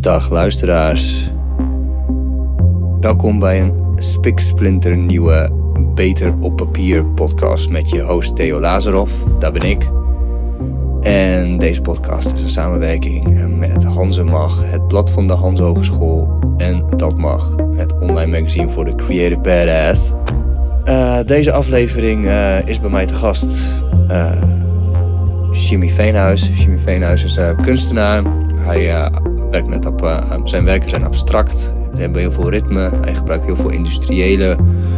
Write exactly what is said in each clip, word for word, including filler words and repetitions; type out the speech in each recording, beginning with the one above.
Dag luisteraars. Welkom bij een spiksplinter nieuwe Beter op Papier podcast met je host Theo Lazarov. Dat ben ik. En deze podcast is een samenwerking met Hanze Mag, het blad van de Hanze Hogeschool, en Dat Mag, het online magazine voor de Creative Badass. Uh, deze aflevering uh, is bij mij te gast uh, Jimmy Veenhuis. Jimmy Veenhuis is uh, kunstenaar. Hij uh, werkt met op, uh, zijn werken zijn abstract. Ze hebben heel veel ritme. Hij gebruikt heel veel industriële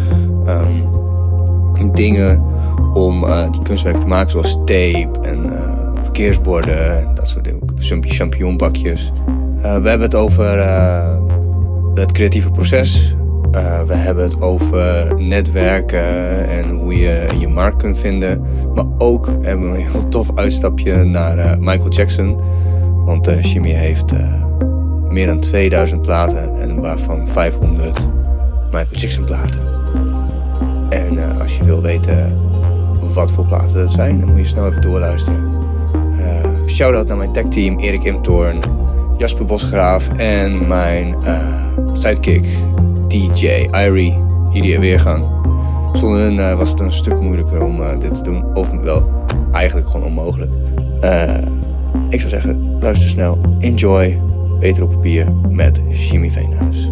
um, dingen om uh, die kunstwerken te maken, zoals tape en uh, verkeersborden, dat soort dingen, champignonbakjes. Uh, we hebben het over uh, het creatieve proces. Uh, we hebben het over netwerken en hoe je je markt kunt vinden. Maar ook hebben we een heel tof uitstapje naar uh, Michael Jackson. Want uh, Jimmy heeft uh, meer dan tweeduizend platen en waarvan vijfhonderd Michael Jackson platen. En uh, als je wil weten wat voor platen dat zijn, dan moet je snel even doorluisteren. Uh, Shout-out naar mijn techteam Erik Imtoorn, Jasper Bosgraaf en mijn uh, sidekick D J Irie, hier weer gaan. Zonder hun uh, was het een stuk moeilijker om uh, dit te doen. Of wel eigenlijk gewoon onmogelijk. Uh, ik zou zeggen, luister snel. Enjoy. Beter op Papier met Jimmy Veenhuis.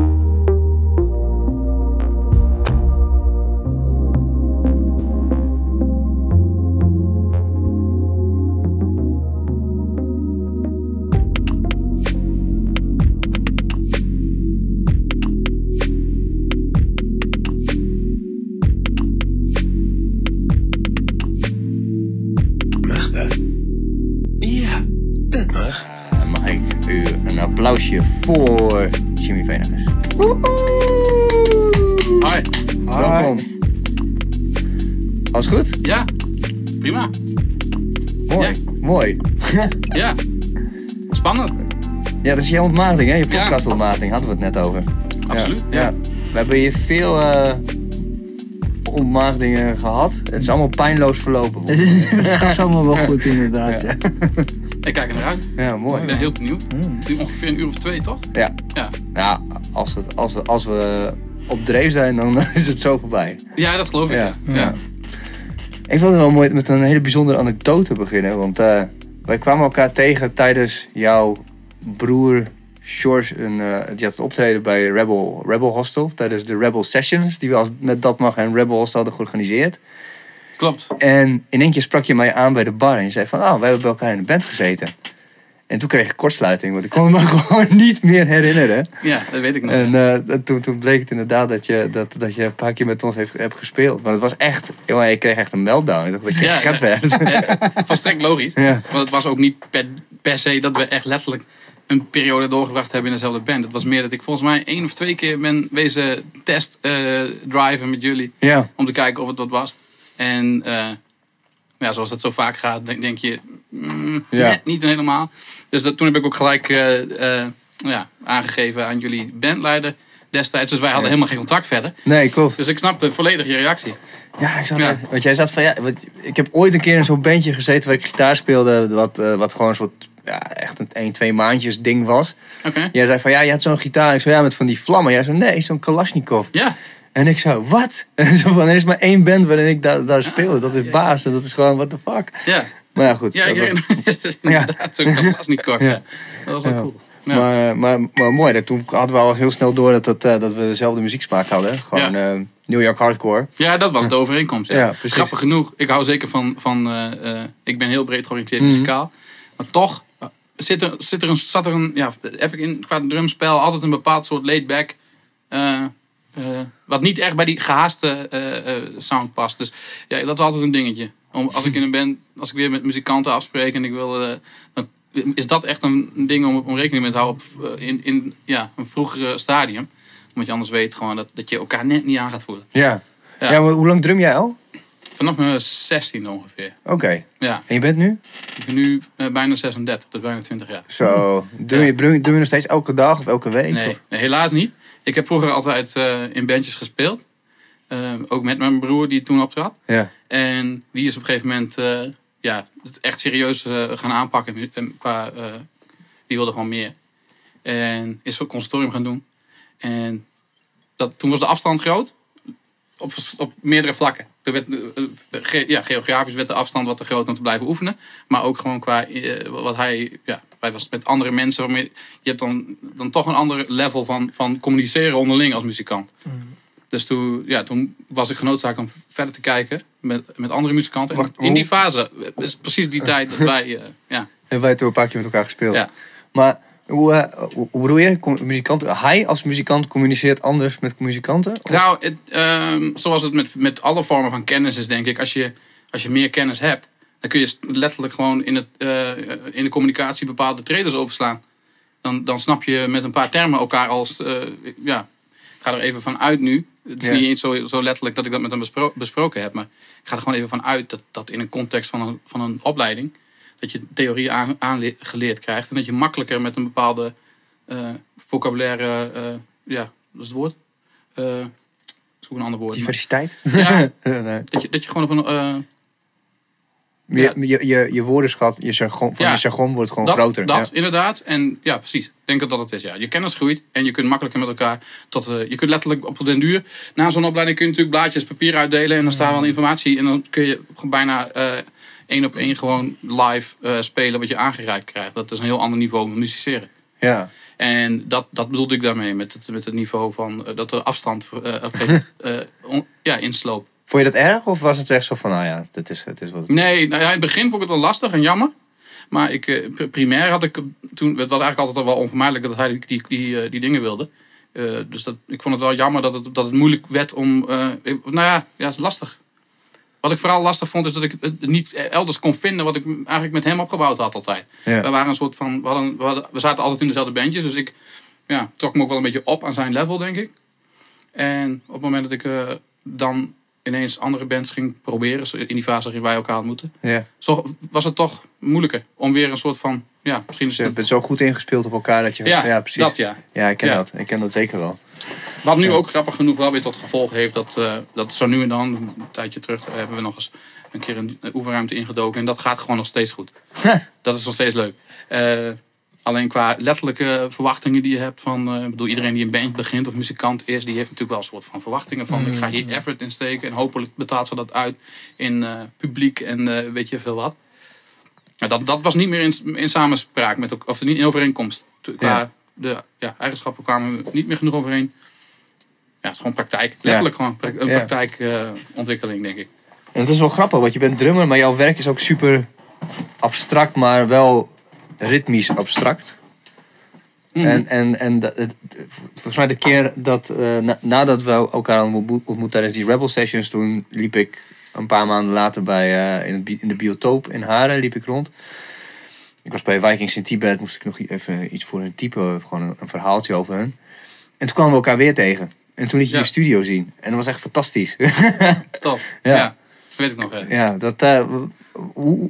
Applausje voor Jimmy Veenhuis. Hoi. Welkom. Alles goed? Ja, prima. Mooi. Ja. Mooi. Ja, spannend. Ja, dat is je ontmatiging, hè? Je podcastontmatiging, hadden we het net over. Absoluut, ja. ja. ja. We hebben hier veel uh, ontmatigingen gehad. Het is allemaal pijnloos verlopen. Het gaat allemaal wel goed, inderdaad. Ja. Ja. Ik kijk er naar uit. Ja, mooi. Ik ben heel benieuwd. Het duurt ongeveer een uur of twee, toch? Ja. Ja, ja als, we, als, we, als we op dreef zijn, dan is het zo voorbij. Ja, dat geloof ik. Ja. Ja. Ja. Ik vond het wel mooi met een hele bijzondere anekdote beginnen. Want uh, wij kwamen elkaar tegen tijdens jouw broer George. Een, uh, die had het optreden bij Rebel, Rebel Hostel. Tijdens de Rebel Sessions, die we als, met Dat Mag en Rebel Hostel hadden georganiseerd. Klopt. En in één keer sprak je mij aan bij de bar en je zei van, oh, we hebben bij elkaar in de band gezeten. En toen kreeg ik kortsluiting, want ik kon me gewoon niet meer herinneren. Ja, dat weet ik nog. En uh, toen, toen bleek het inderdaad dat je, dat, dat je een paar keer met ons heeft, hebt gespeeld. Maar het was echt, jongen, ik kreeg echt een meltdown. Ik dacht dat je ja, gek ja. werd. Ja, volstrekt logisch. Ja. Want het was ook niet per, per se dat we echt letterlijk een periode doorgebracht hebben in dezelfde band. Het was meer dat ik volgens mij één of twee keer ben wezen test uh, driven met jullie. Ja. Om te kijken of het wat was. En uh, ja, zoals dat zo vaak gaat, denk, denk je, mm, ja. net niet helemaal. Dus dat, toen heb ik ook gelijk uh, uh, ja, aangegeven aan jullie bandleider destijds. Dus wij hadden ja. helemaal geen contact verder. Nee, klopt. Dus ik snapte volledig je reactie. Ja, ik zat ja. Want jij zat van, ja, wat, ik heb ooit een keer in zo'n bandje gezeten waar ik gitaar speelde, wat, uh, wat gewoon een soort, ja, echt een één, twee maandjes ding was. Okay. Jij zei van, ja, je had zo'n gitaar. Ik zei, ja, met van die vlammen. Jij zei, nee, zo'n Kalashnikov. Ja. En ik zo, wat? En zo van, er is maar één band waarin ik daar, daar speelde. Dat is ja, Baas ja. En dat is gewoon, what the fuck. Ja. Maar ja, goed. Ja, ik herinner me inderdaad. Zo'n Kalashnikov. Ja. Dat was wel ja. cool. Ja. Maar, maar, maar mooi, toen hadden we al heel snel door dat, dat, dat we dezelfde muzieksmaak hadden. Gewoon ja. uh, New York hardcore. Ja, dat was de overeenkomst. Ja. Ja, grappig genoeg, ik hou zeker van, van uh, uh, ik ben heel breed georiënteerd mm-hmm. muzikaal. Maar toch uh, zit er, zit er een, zat er een, ja, heb ik in, qua drumspel altijd een bepaald soort laid-back, uh, uh, wat niet echt bij die gehaaste uh, uh, sound past. Dus ja, dat is altijd een dingetje. Om, als ik in een band, als ik weer met muzikanten afspreek en ik wil, uh, dan is dat echt een ding om, om rekening mee te houden op, in, in ja, een vroegere stadium. Omdat je anders weet gewoon dat, dat je elkaar net niet aan gaat voelen. Ja, ja. ja maar hoe lang drum jij al? Vanaf mijn zestiende ongeveer. Oké. Okay. Ja. En je bent nu? Ik ben nu uh, bijna zesendertig, dus bijna twintig jaar. Zo. Doe je, ja. doe je nog steeds elke dag of elke week? Nee, of? nee helaas niet. Ik heb vroeger altijd uh, in bandjes gespeeld. Uh, ook met mijn broer die toen optrad. Ja. En die is op een gegeven moment uh, ja, het echt serieus uh, gaan aanpakken. En qua, uh, die wilde gewoon meer. En is een conservatorium gaan doen. En dat, toen was de afstand groot. Op, op meerdere vlakken. Er werd, uh, ge, ja, geografisch werd de afstand wat te groot om te blijven oefenen. Maar ook gewoon qua uh, wat hij... Ja, hij was met andere mensen. Waarmee, je hebt dan, dan toch een ander level van, van communiceren onderling als muzikant. Mm. Dus toen, ja, toen was ik genoodzaakt om verder te kijken met, met andere muzikanten. Wacht, in die fase is precies die tijd dat wij... Uh, ja. En wij toen een paar keer met elkaar gespeeld. Ja. Maar hoe, uh, hoe, hoe bedoel je? Muzikant, hij als muzikant communiceert anders met muzikanten? Of? Nou, het, uh, zoals het met, met alle vormen van kennis is, denk ik. Als je, als je meer kennis hebt, dan kun je letterlijk gewoon in, het, uh, in de communicatie bepaalde traders overslaan. Dan, dan snap je met een paar termen elkaar als... Uh, ja, ik ga er even van uit nu. Het is ja. niet eens zo, zo letterlijk dat ik dat met hem bespro- besproken heb. Maar ik ga er gewoon even van uit dat, dat in een context van een, van een opleiding... dat je theorie aan, aangeleerd krijgt. En dat je makkelijker met een bepaalde uh, vocabulaire... Uh, ja, dat is het woord. Uh, dat is ook een ander woord. Diversiteit? Maar, ja, nee. dat, je, dat je gewoon op een... Uh, je, ja. je, je, je woordenschat, je jargon, van ja, je jargon wordt gewoon dat, groter. Dat, ja. inderdaad. En ja, precies. Ik denk dat dat het is. Ja. Je kennis groeit en je kunt makkelijker met elkaar... Tot, uh, je kunt letterlijk op den duur... Na zo'n opleiding kun je natuurlijk blaadjes papier uitdelen... en dan staat wel informatie en dan kun je bijna... Uh, één op één gewoon live uh, spelen wat je aangereikt krijgt. Dat is een heel ander niveau van musiceren. Ja. En dat, dat bedoelde ik daarmee. Met het, met het niveau van... Uh, dat er afstand uh, uh, on, ja, insloop. Vond je dat erg? Of was het echt zo van... Nou ja, het is, het is wat het is? Nee, nou ja, in het begin vond ik het wel lastig en jammer. Maar ik, uh, primair had ik... Toen, het was eigenlijk altijd wel onvermijdelijk... dat hij die, die, die, uh, die dingen wilde. Uh, dus dat, ik vond het wel jammer dat het, dat het moeilijk werd om... Uh, nou ja, ja, het is lastig. Wat ik vooral lastig vond, is dat ik het niet elders kon vinden wat ik eigenlijk met hem opgebouwd had altijd. Ja. We waren een soort van, we, hadden, we, hadden, we zaten altijd in dezelfde bandjes, dus ik ja, trok me ook wel een beetje op aan zijn level, denk ik. En op het moment dat ik uh, dan ineens andere bands ging proberen, in die fase waarin wij elkaar ontmoeten, ja. zo was het toch moeilijker om weer een soort van, ja, misschien is het... Je bent zo goed ingespeeld op elkaar dat je... Ja, ja precies. Dat ja. Ja, ik ken ja. dat. Ik ken dat zeker wel. Wat nu ook grappig genoeg wel weer tot gevolg heeft dat, uh, dat zo nu en dan, een tijdje terug, hebben we nog eens een keer een oefenruimte ingedoken. En dat gaat gewoon nog steeds goed. Dat is nog steeds leuk. Uh, alleen qua letterlijke verwachtingen die je hebt van, uh, bedoel, iedereen die een band begint of muzikant is, die heeft natuurlijk wel een soort van verwachtingen van, mm. ik ga hier effort in steken en hopelijk betaalt ze dat uit in uh, publiek en uh, weet je veel wat. Ja, dat, dat was niet meer in, in samenspraak, met, of niet in overeenkomst. Qua ja. de ja, eigenschappen kwamen we niet meer genoeg overeen. Ja, het is gewoon praktijk. Letterlijk ja. gewoon een praktijkontwikkeling, uh, denk ik. En het is wel grappig, want je bent drummer, maar jouw werk is ook super abstract, maar wel ritmisch abstract. Mm-hmm. En, en, en dat, het, volgens mij de keer dat, uh, na, nadat we elkaar hadden ontmoet tijdens die Rebel Sessions, toen liep ik een paar maanden later bij, uh, in, het, in de biotoop in Haren, liep ik rond. Ik was bij Vikings in Tibet, moest ik nog even iets voor hun typen, gewoon een, een verhaaltje over hun. En toen kwamen we elkaar weer tegen. En toen liet je ja. de studio zien. En dat was echt fantastisch. Tof. Ja. ja. Dat weet ik nog even. Ja, dat... Uh, hoe,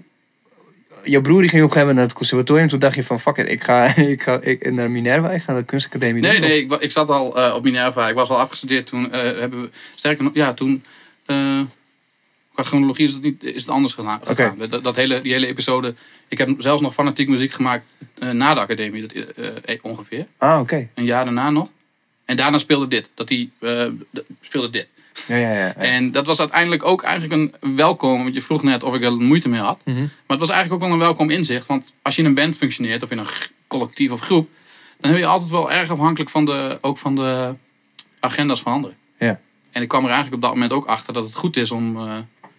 jouw broer die ging op een gegeven moment naar het conservatorium. Toen dacht je van, fuck it, ik ga, ik ga ik, naar Minerva. Ik ga naar de kunstacademie. Nee, doen, nee, ik, ik zat al uh, op Minerva. Ik was al afgestudeerd toen. Uh, hebben we, sterker nog, ja, toen... Uh, qua chronologie is het, niet, is het anders gegaan. Okay. Dat, dat hele, die hele episode... Ik heb zelfs nog fanatiek muziek gemaakt uh, na de academie. Dat, uh, ongeveer. Ah, oké. Okay. Een jaar daarna nog. En daarna speelde dit. Dat hij uh, speelde dit. Ja, ja, ja, ja. En dat was uiteindelijk ook eigenlijk een welkom. Want je vroeg net of ik er moeite mee had. Mm-hmm. Maar het was eigenlijk ook wel een welkom inzicht. Want als je in een band functioneert, of in een collectief of groep, dan ben je altijd wel erg afhankelijk van de, ook van de agenda's van anderen. Ja. En ik kwam er eigenlijk op dat moment ook achter dat het goed is om... Uh,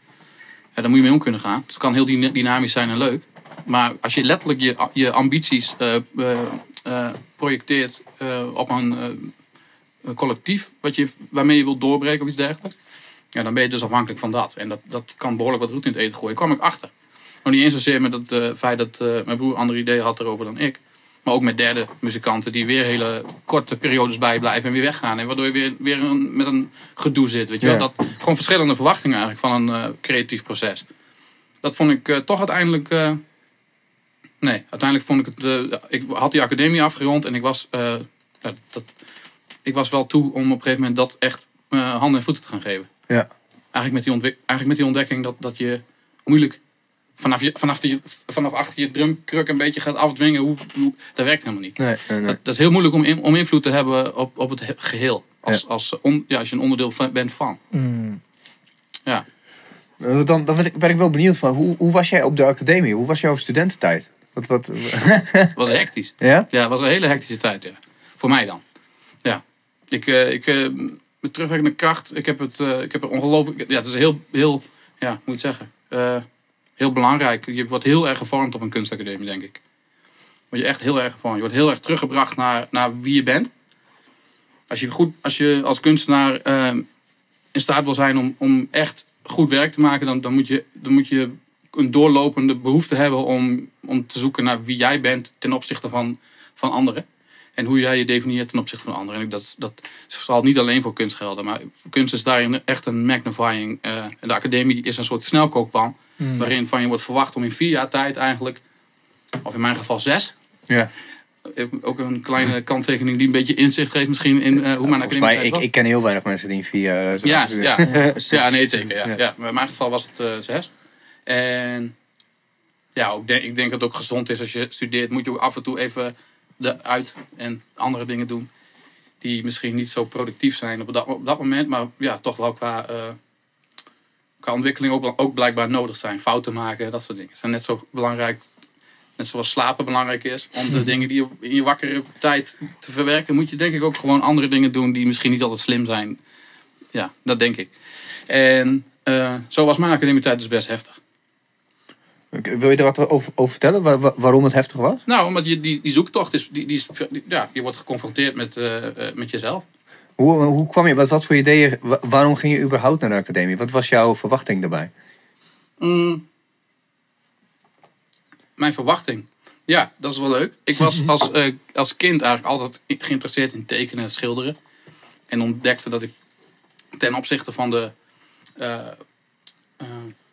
ja, daar moet je mee om kunnen gaan. Dus het kan heel dynamisch zijn en leuk. Maar als je letterlijk je, je ambities uh, uh, uh, projecteert uh, op een... Uh, collectief wat je, waarmee je wilt doorbreken of iets dergelijks. Ja, dan ben je dus afhankelijk van dat. En dat, dat kan behoorlijk wat roet in het eten gooien. Daar kwam ik achter. Nog niet eens zozeer met het uh, feit dat uh, mijn broer andere ideeën had erover dan ik. Maar ook met derde muzikanten die weer hele korte periodes bijblijven en weer weggaan. En waardoor je weer, weer een, met een gedoe zit. Weet je wel? Ja. Dat, gewoon verschillende verwachtingen eigenlijk van een uh, creatief proces. Dat vond ik uh, toch uiteindelijk... Uh, nee, uiteindelijk vond ik het... Uh, ik had die academie afgerond en ik was... Uh, uh, dat, Ik was wel toe om op een gegeven moment dat echt uh, handen en voeten te gaan geven. Ja. Eigenlijk met die, ontwik- eigenlijk met die ontdekking dat, dat je moeilijk vanaf, je, vanaf, die, vanaf achter je drumkruk een beetje gaat afdwingen. Hoe, hoe, dat werkt helemaal niet. Nee, nee, nee. Dat, dat is heel moeilijk om, in, om invloed te hebben op, op het geheel. Als, Ja. als, on, ja, als je een onderdeel van, bent van. Mm. Ja. Dan, dan ben, ik, ben ik wel benieuwd van, hoe, hoe was jij op de academie? Hoe was jouw studententijd? Wat, wat, Het was hectisch. ja? Ja, het was een hele hectische tijd. Ja. Voor mij dan. Ja. Ik, uh, ik uh, met terugwerkende kracht. Ik heb het, uh, ik heb er ongelooflijk. Ja, het is heel, heel, ja, hoe moet je het zeggen? Uh, heel belangrijk. Je wordt heel erg gevormd op een kunstacademie, denk ik. Word je echt heel erg gevormd. Je wordt heel erg teruggebracht naar, naar wie je bent. Als je, goed, als, je als kunstenaar uh, in staat wil zijn om, om echt goed werk te maken, dan, dan, moet je, dan moet je een doorlopende behoefte hebben om, om te zoeken naar wie jij bent ten opzichte van, van anderen. En hoe jij je definieert ten opzichte van anderen. En dat, dat zal niet alleen voor kunst gelden, maar kunst is daarin echt een magnifying. Uh, de academie is een soort snelkookpan, mm. waarin van je wordt verwacht om in vier jaar tijd eigenlijk, of in mijn geval zes, Ja. ook een kleine kanttekening die een beetje inzicht geeft misschien in uh, hoe mijn academie mij, ik, ik ken heel weinig mensen die in vier jaar... zo- Ja, ja. Ja. ja, nee, zeker. Ja. Ja. Ja. Maar in mijn geval was het uh, zes. En ja, ook denk, ik denk dat het ook gezond is als je studeert. Moet je ook af en toe even eruit en andere dingen doen. Die misschien niet zo productief zijn op dat, op dat moment. Maar ja, toch wel qua, uh, qua ontwikkeling ook, ook blijkbaar nodig zijn. Fouten maken, dat soort dingen. Zijn net zo belangrijk. Net zoals slapen belangrijk is. Om de dingen die je in je wakkere tijd te verwerken. Moet je denk ik ook gewoon andere dingen doen. Die misschien niet altijd slim zijn. Ja, dat denk ik. En uh, zo was mijn academietijd dus best heftig. Wil je er wat over, over vertellen? Waar, waar- waarom het heftig was? Nou, omdat je, die, die zoektocht is, die, die is... Ja, je wordt geconfronteerd met, uh, uh, met jezelf. Hoe, hoe kwam je, wat, wat voor ideeën, wa- waarom ging je überhaupt naar de academie? Wat was jouw verwachting daarbij? Mm. Mijn verwachting. Ja, dat is wel leuk. Ik was als, uh, als kind eigenlijk altijd geïnteresseerd in tekenen en schilderen. En ontdekte dat ik ten opzichte van de... Uh, uh,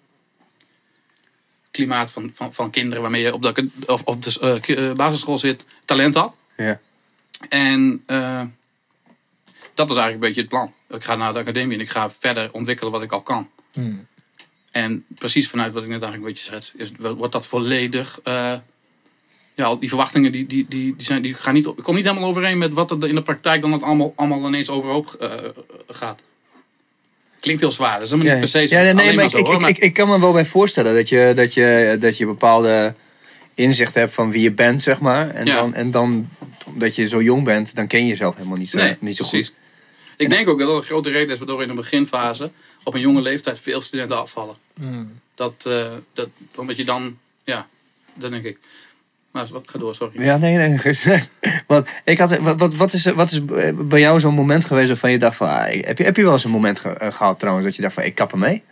klimaat van, van, van kinderen waarmee je op de, of op de uh, ki- uh, basisschool zit, talent had. Ja. En uh, dat was eigenlijk een beetje het plan. Ik ga naar de academie en ik ga verder ontwikkelen wat ik al kan. Mm. En precies vanuit wat ik net eigenlijk een beetje schets, is, wordt dat volledig... Uh, ja, al die verwachtingen die, die, die, die, zijn, die gaan niet, komen niet helemaal overeen met wat er in de praktijk dan het allemaal, allemaal ineens overhoop uh, gaat. Klinkt heel zwaar, dat is helemaal Ja, niet per se zo. ja, nee, alleen maar maar ik, zo, ik, hoor, ik, maar- ik, ik kan me wel bij voorstellen dat je, dat je, dat je bepaalde inzicht hebt van wie je bent, zeg maar. En, Ja. dan, en dan, omdat je zo jong bent, dan ken je jezelf helemaal niet zo, Nee, niet zo precies. goed. Ik denk ook dat dat een grote reden is waardoor in de beginfase op een jonge leeftijd veel studenten afvallen. Mm. Dat, uh, dat, omdat je dan, ja, dat denk ik. Maar wat, ga door, sorry. Ja, nee, nee. Want ik had, wat, wat, wat, is, wat is bij jou zo'n moment geweest waarvan je dacht van... Ah, heb, je, heb je wel eens een moment ge- eh, gehad trouwens dat je dacht van ik kap ermee?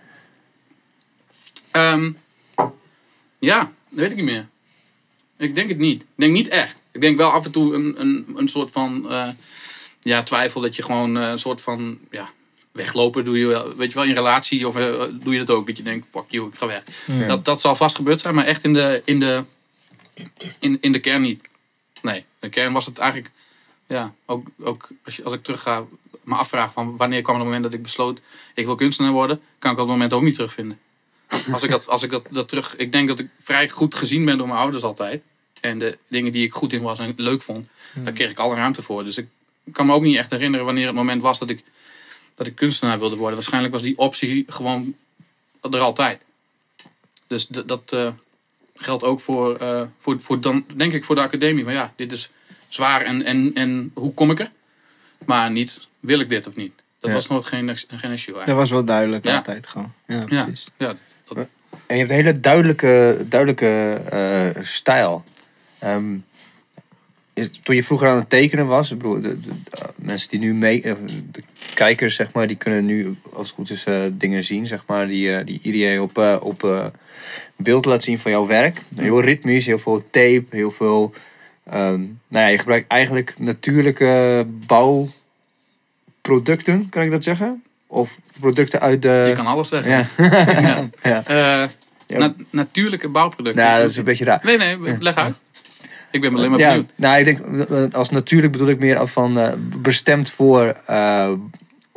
Um, ja, dat weet ik niet meer. Ik denk het niet. Ik denk niet echt. Ik denk wel af en toe een, een, een soort van uh, ja, twijfel dat je gewoon uh, een soort van ja, weglopen doe je wel. Weet je wel, in relatie of uh, doe je dat ook. Dat je denkt, fuck you, ik ga weg. Ja. Dat, dat zal vast gebeurd zijn, maar echt in de, in de, in, in de kern niet. Nee, in de kern was het eigenlijk, ja, ook, ook als, je, als ik terug ga, me afvraag van wanneer kwam het moment dat ik besloot, ik wil kunstenaar worden, kan ik dat moment ook niet terugvinden. Als ik dat, als ik dat, dat terug, ik denk dat ik vrij goed gezien ben door mijn ouders altijd. En de dingen die ik goed in was en leuk vond, daar kreeg ik alle ruimte voor. Dus ik kan me ook niet echt herinneren wanneer het moment was dat ik, dat ik kunstenaar wilde worden. Waarschijnlijk was die optie gewoon er altijd. Dus d- dat uh, geldt ook voor, uh, voor, voor dan, denk ik, voor de academie. Maar ja, dit is zwaar en, en, en hoe kom ik er? Maar niet, wil ik dit of niet? Dat Ja. was nooit geen, geen issue eigenlijk. Dat was wel duidelijk Ja. altijd gewoon. Ja, Ja, precies. ja, dat, dat- En je hebt een hele duidelijke, duidelijke eh, stijl. Ehm, is, toen je vroeger aan het tekenen was, ik bedoel, de, de- de mensen die nu mee, eh, de kijkers zeg maar, die kunnen nu als het goed is eh, dingen zien, zeg maar, die, eh, die Irie op, eh, op eh, beeld laat zien van jouw werk. Heel ritmisch, heel veel tape, heel veel. ehm, nou ja, je gebruikt eigenlijk natuurlijke bouwproducten, kan ik dat zeggen? Of producten uit de. je kan alles zeggen. Ja. Ja. Ja. Eh, Ja. na- natuurlijke bouwproducten. Nou, dat is een beetje raar. Nee, nee, leg uit. Ik ben alleen maar Ja, benieuwd. nou, ik denk, als natuurlijk bedoel ik meer af van eh, bestemd voor eh,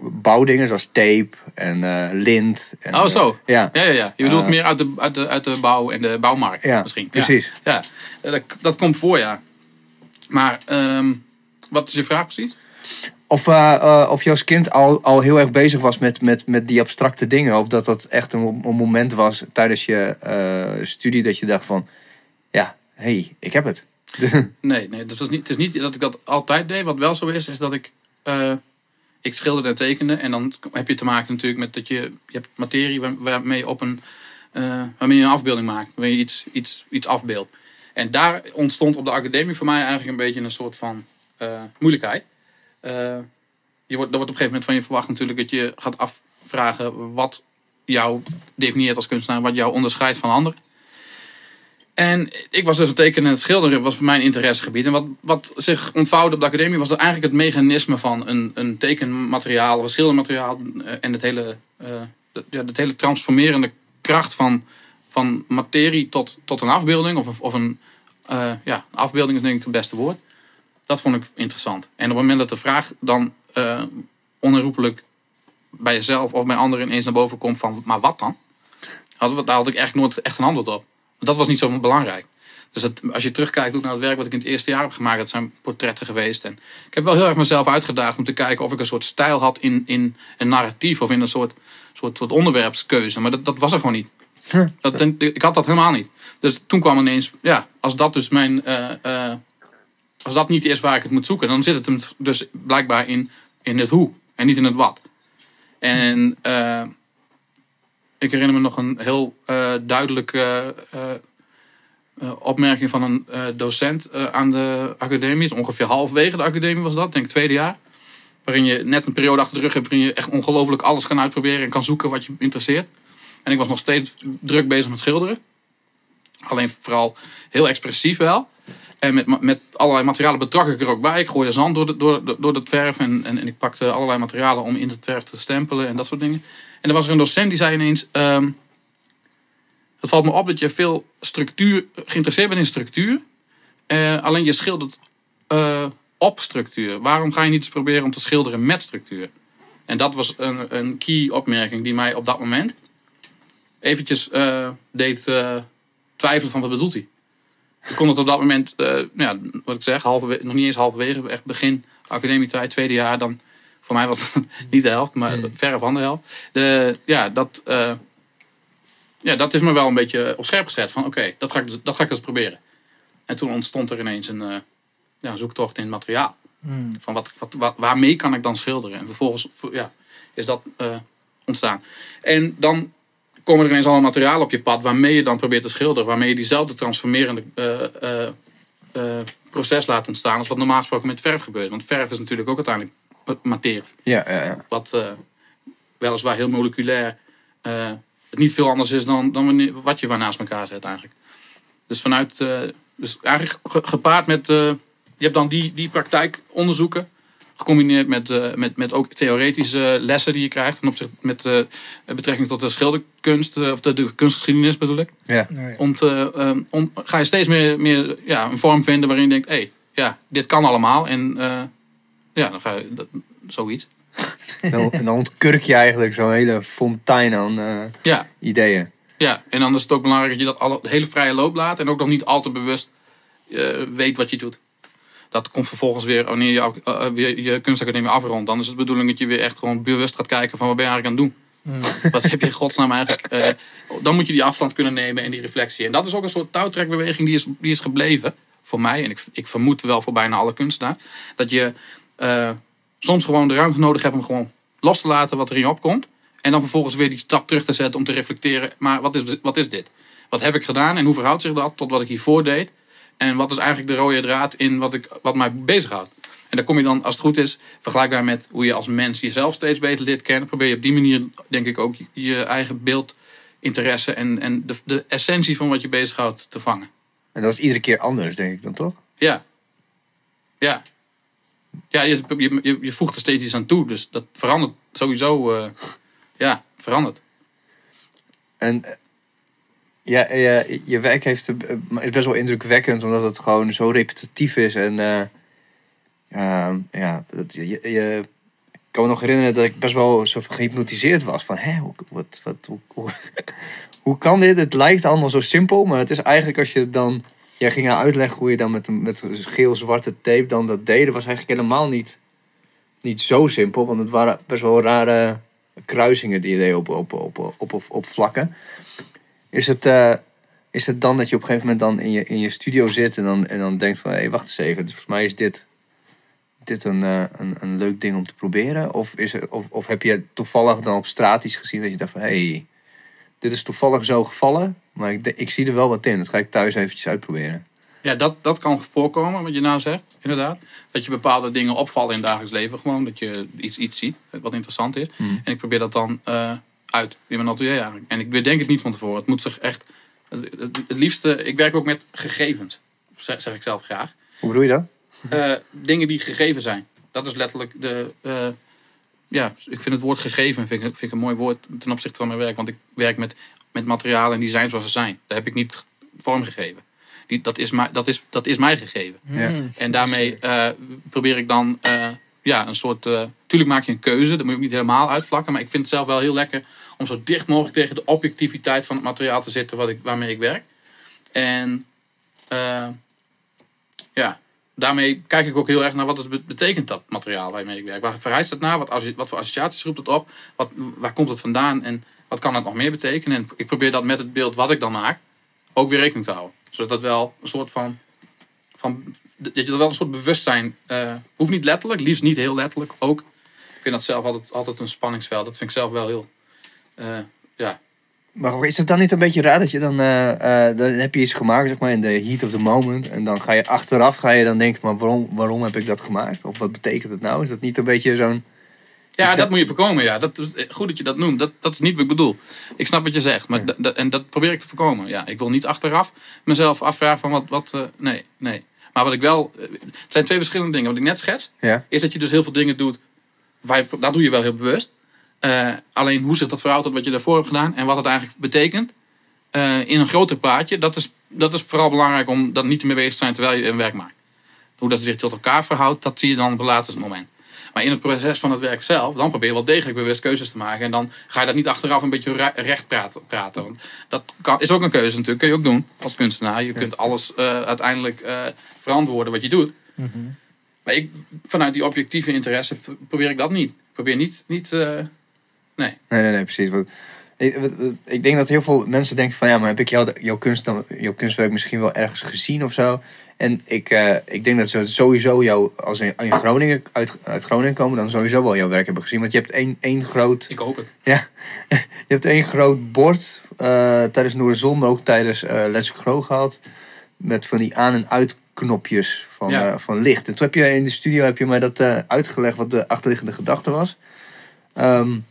bouwdingen zoals tape en uh, lint. En, oh zo. Uh, ja. Ja, ja, ja. Je bedoelt Uh, meer uit de, uit, de, uit de bouw en de bouwmarkt ja, misschien. Precies. Ja, ja. Dat, dat komt voor, ja. Maar um, wat is je vraag precies? Of, uh, uh, of je als kind al, al heel erg bezig was met, met, met die abstracte dingen. Of dat dat echt een, een moment was tijdens je uh, studie dat je dacht van... Ja, hé, hey, ik heb het. nee, nee dat was niet, het is niet dat ik dat altijd deed. Wat wel zo is, is dat ik... Uh, ik schilderde en tekende. En dan heb je te maken natuurlijk met dat je... Je hebt materie waar, waarmee je op een... Uh, waarmee je een afbeelding maakt. Waarmee je iets, iets, iets afbeeldt. En daar ontstond op de academie voor mij eigenlijk een beetje een soort van uh, moeilijkheid. Uh, je wordt, er wordt op een gegeven moment van je verwacht natuurlijk dat je gaat afvragen wat jou definieert als kunstenaar, wat jou onderscheidt van anderen. En ik was dus het tekenen en het schilderen was voor mij een interessegebied. En wat, wat zich ontvouwde op de academie was dat eigenlijk het mechanisme van een, een tekenmateriaal, een schildermateriaal en het hele, uh, de, ja, het hele transformerende kracht van, van materie tot, tot een afbeelding. Of, of een uh, ja, afbeelding is denk ik het beste woord. Dat vond ik interessant. En op het moment dat de vraag dan uh, onherroepelijk bij jezelf of bij anderen ineens naar boven komt van, maar wat dan? Had, daar had ik echt nooit echt een antwoord op. Dat was niet zo belangrijk. Dus het, als je terugkijkt ook naar het werk wat ik in het eerste jaar heb gemaakt, dat zijn portretten geweest. En ik heb wel heel erg mezelf uitgedaagd om te kijken of ik een soort stijl had in, in een narratief of in een soort, soort, soort onderwerpskeuze. Maar dat, dat was er gewoon niet. Dat, ik had dat helemaal niet. Dus toen kwam ineens, ja, als dat dus mijn... Uh, uh, als dat niet is waar ik het moet zoeken, dan zit het hem dus blijkbaar in, in het hoe en niet in het wat. En uh, ik herinner me nog een heel uh, duidelijke uh, uh, opmerking van een uh, docent uh, aan de academie. Dus ongeveer halverwege de academie was dat, denk ik tweede jaar. Waarin je net een periode achter de rug hebt waarin je echt ongelooflijk alles kan uitproberen en kan zoeken wat je interesseert. En ik was nog steeds druk bezig met schilderen. Alleen vooral heel expressief wel. En met, met allerlei materialen betrak ik er ook bij. Ik gooide zand door, de, door, door het verf. En, en, en ik pakte allerlei materialen om in het verf te stempelen en dat soort dingen. En er was er een docent die zei ineens... Um, het valt me op dat je veel structuur, geïnteresseerd bent in structuur. Uh, alleen je schildert uh, op structuur. Waarom ga je niet eens proberen om te schilderen met structuur? En dat was een, een key opmerking die mij op dat moment... eventjes uh, deed uh, twijfelen van wat bedoelt hij. Ik kon het op dat moment, uh, ja, wat ik zeg, halverwege, nog niet eens halverwege, echt begin academietijd, tweede jaar, dan voor mij was het niet de helft, maar mm. verre van de helft. De, ja, dat, uh, ja, dat is me wel een beetje op scherp gezet van oké, okay, dat, ga ik, dat ga ik eens proberen. En toen ontstond er ineens een, uh, ja, een zoektocht in het materiaal. Mm. Van wat, wat, wat, waarmee kan ik dan schilderen? En vervolgens ja, is dat uh, ontstaan. En dan komen er ineens allemaal materialen op je pad waarmee je dan probeert te schilderen. Waarmee je diezelfde transformerende uh, uh, uh, proces laat ontstaan als wat normaal gesproken met verf gebeurt. Want verf is natuurlijk ook uiteindelijk materie. Ja, ja, ja. Wat uh, weliswaar heel moleculair uh, het niet veel anders is dan, dan wanneer, wat je waar naast elkaar zet eigenlijk. Dus vanuit, uh, dus eigenlijk gepaard met, uh, je hebt dan die, die praktijkonderzoeken. Gecombineerd met, uh, met, met ook theoretische lessen die je krijgt. En op zich met uh, betrekking tot de schilderkunst. Uh, of de, de kunstgeschiedenis bedoel ik. Ja. Om te, um, om, ga je steeds meer, meer ja, een vorm vinden waarin je denkt... Hé, hey, ja, dit kan allemaal. En uh, ja, dan ga je... Dat, zoiets. En dan, en dan ontkurk je eigenlijk zo'n hele fontein aan uh, ja. ideeën. Ja, en dan is het ook belangrijk dat je dat alle, de hele vrije loop laat. En ook nog niet al te bewust uh, weet wat je doet. Dat komt vervolgens weer, wanneer je uh, weer je kunstacademie afrondt. Dan is het de bedoeling dat je weer echt gewoon bewust gaat kijken van wat ben je eigenlijk aan het doen. Mm. Wat heb je in godsnaam eigenlijk... Uh, dan moet je die afstand kunnen nemen en die reflectie. En dat is ook een soort touwtrekbeweging die is, die is gebleven. Voor mij, en ik, ik vermoed wel voor bijna alle kunstenaars. Dat je uh, soms gewoon de ruimte nodig hebt om gewoon los te laten wat er in je opkomt. En dan vervolgens weer die stap terug te zetten om te reflecteren. Maar wat is, wat is dit? Wat heb ik gedaan en hoe verhoudt zich dat tot wat ik hiervoor deed? En wat is eigenlijk de rode draad in wat, ik, wat mij bezighoudt? En dan kom je dan, als het goed is, vergelijkbaar met hoe je als mens jezelf steeds beter leert kennen. Probeer je op die manier, denk ik, ook je eigen beeld, interesse en, en de, de essentie van wat je bezighoudt te vangen. En dat is iedere keer anders, denk ik dan toch? Ja. Ja. Ja, je, je, je voegt er steeds iets aan toe. Dus dat verandert sowieso. Uh, ja, verandert. En... Ja, je, je werk heeft, is best wel indrukwekkend, omdat het gewoon zo repetitief is. En uh, uh, ja, je, je, kan me nog herinneren dat ik best wel zo gehypnotiseerd was. Van, hè, hoe, wat, wat, hoe, hoe, hoe kan dit? Het lijkt allemaal zo simpel, maar het is eigenlijk als je dan... Jij ging aan uitleggen hoe je dan met, met geel-zwarte tape dan dat deed. Dat was eigenlijk helemaal niet, niet zo simpel, want het waren best wel rare kruisingen die je deed op, op, op, op, op, op vlakken. Is het, uh, is het dan dat je op een gegeven moment dan in je, in je studio zit en dan, en dan denkt van, hé, hey, wacht eens even, volgens mij is dit... dit een, uh, een, een leuk ding om te proberen? Of, is er, of, of heb je toevallig dan op straat iets gezien dat je dacht van... hé, hey, dit is toevallig zo gevallen, maar ik, ik zie er wel wat in. Dat ga ik thuis eventjes uitproberen. Ja, dat, dat kan voorkomen, wat je nou zegt, inderdaad. Dat je bepaalde dingen opvallen in het dagelijks leven. Gewoon dat je iets, iets ziet wat interessant is. Mm. En ik probeer dat dan uh, uit in mijn atelier eigenlijk. En ik bedenk het niet van tevoren. Het moet zich echt... Het, het, het liefste... Ik werk ook met gegevens, zeg, zeg ik zelf graag. Hoe bedoel je dat? Uh, dingen die gegeven zijn. Dat is letterlijk de... Uh, ja, ik vind het woord gegeven vind ik, vind ik een mooi woord ten opzichte van mijn werk. Want ik werk met, met materialen en die zijn zoals ze zijn. Daar heb ik niet vormgegeven. Die, dat, is mij, dat, is, dat is mij gegeven. Ja. En daarmee uh, probeer ik dan uh, ja, een soort... Uh, tuurlijk maak je een keuze, dat moet je ook niet helemaal uitvlakken. Maar ik vind het zelf wel heel lekker om zo dicht mogelijk tegen de objectiviteit van het materiaal te zitten wat ik, waarmee ik werk. En uh, ja... Daarmee kijk ik ook heel erg naar wat het betekent, dat materiaal waarmee ik werk. Waar verhuist het naar? Wat, wat voor associaties roept het op? Wat, waar komt het vandaan? En wat kan het nog meer betekenen? En ik probeer dat met het beeld wat ik dan maak ook weer rekening te houden. Zodat dat wel een soort van... van dat je er wel een soort bewustzijn... Uh, hoeft niet letterlijk, liefst niet heel letterlijk ook. Ik vind dat zelf altijd, altijd een spanningsveld. Dat vind ik zelf wel heel... Uh, ja... Maar is het dan niet een beetje raar dat je dan, uh, uh, dan heb je iets gemaakt, zeg maar, in de heat of the moment. En dan ga je achteraf, ga je dan denken, maar waarom, waarom heb ik dat gemaakt? Of wat betekent het nou? Is dat niet een beetje zo'n... Ja, dat, dat moet je voorkomen, ja. Dat is, goed dat je dat noemt. Dat, dat is niet wat ik bedoel. Ik snap wat je zegt. Maar ja. d- en dat probeer ik te voorkomen. Ja, ik wil niet achteraf mezelf afvragen van wat... wat uh, nee, nee. Maar wat ik wel... Uh, het zijn twee verschillende dingen. Wat ik net schets, ja. is dat je dus heel veel dingen doet... Waar je, dat doe je wel heel bewust. Uh, alleen hoe zich dat verhoudt tot wat je daarvoor hebt gedaan en wat het eigenlijk betekent uh, in een groter plaatje, dat is, dat is vooral belangrijk om dat niet mee bezig te zijn terwijl je een werk maakt. Hoe dat zich tot elkaar verhoudt, dat zie je dan op een later moment. Maar in het proces van het werk zelf, dan probeer je wel degelijk bewust keuzes te maken en dan ga je dat niet achteraf een beetje recht praten. praten. Want dat kan, is ook een keuze natuurlijk, kun je ook doen als kunstenaar. Je kunt alles uh, uiteindelijk uh, verantwoorden wat je doet. Mm-hmm. Maar ik, vanuit die objectieve interesse probeer ik dat niet. Ik probeer niet... niet uh, Nee. Nee, nee, nee, precies. Want ik, ik denk dat heel veel mensen denken van... ja, maar heb ik jou, jouw, kunst dan, jouw kunstwerk misschien wel ergens gezien of zo? En ik, uh, ik denk dat ze sowieso jou... als ze in Groningen, uit, uit Groningen komen... dan sowieso wel jouw werk hebben gezien. Want je hebt één, één groot... Ik hoop het. Ja, je hebt één groot bord... Uh, tijdens Noorderzon, maar ook tijdens uh, Let's Grow gehad... met van die aan- en uitknopjes van, ja. uh, van licht. En toen heb je in de studio heb je mij dat uh, uitgelegd... wat de achterliggende gedachte was... Um,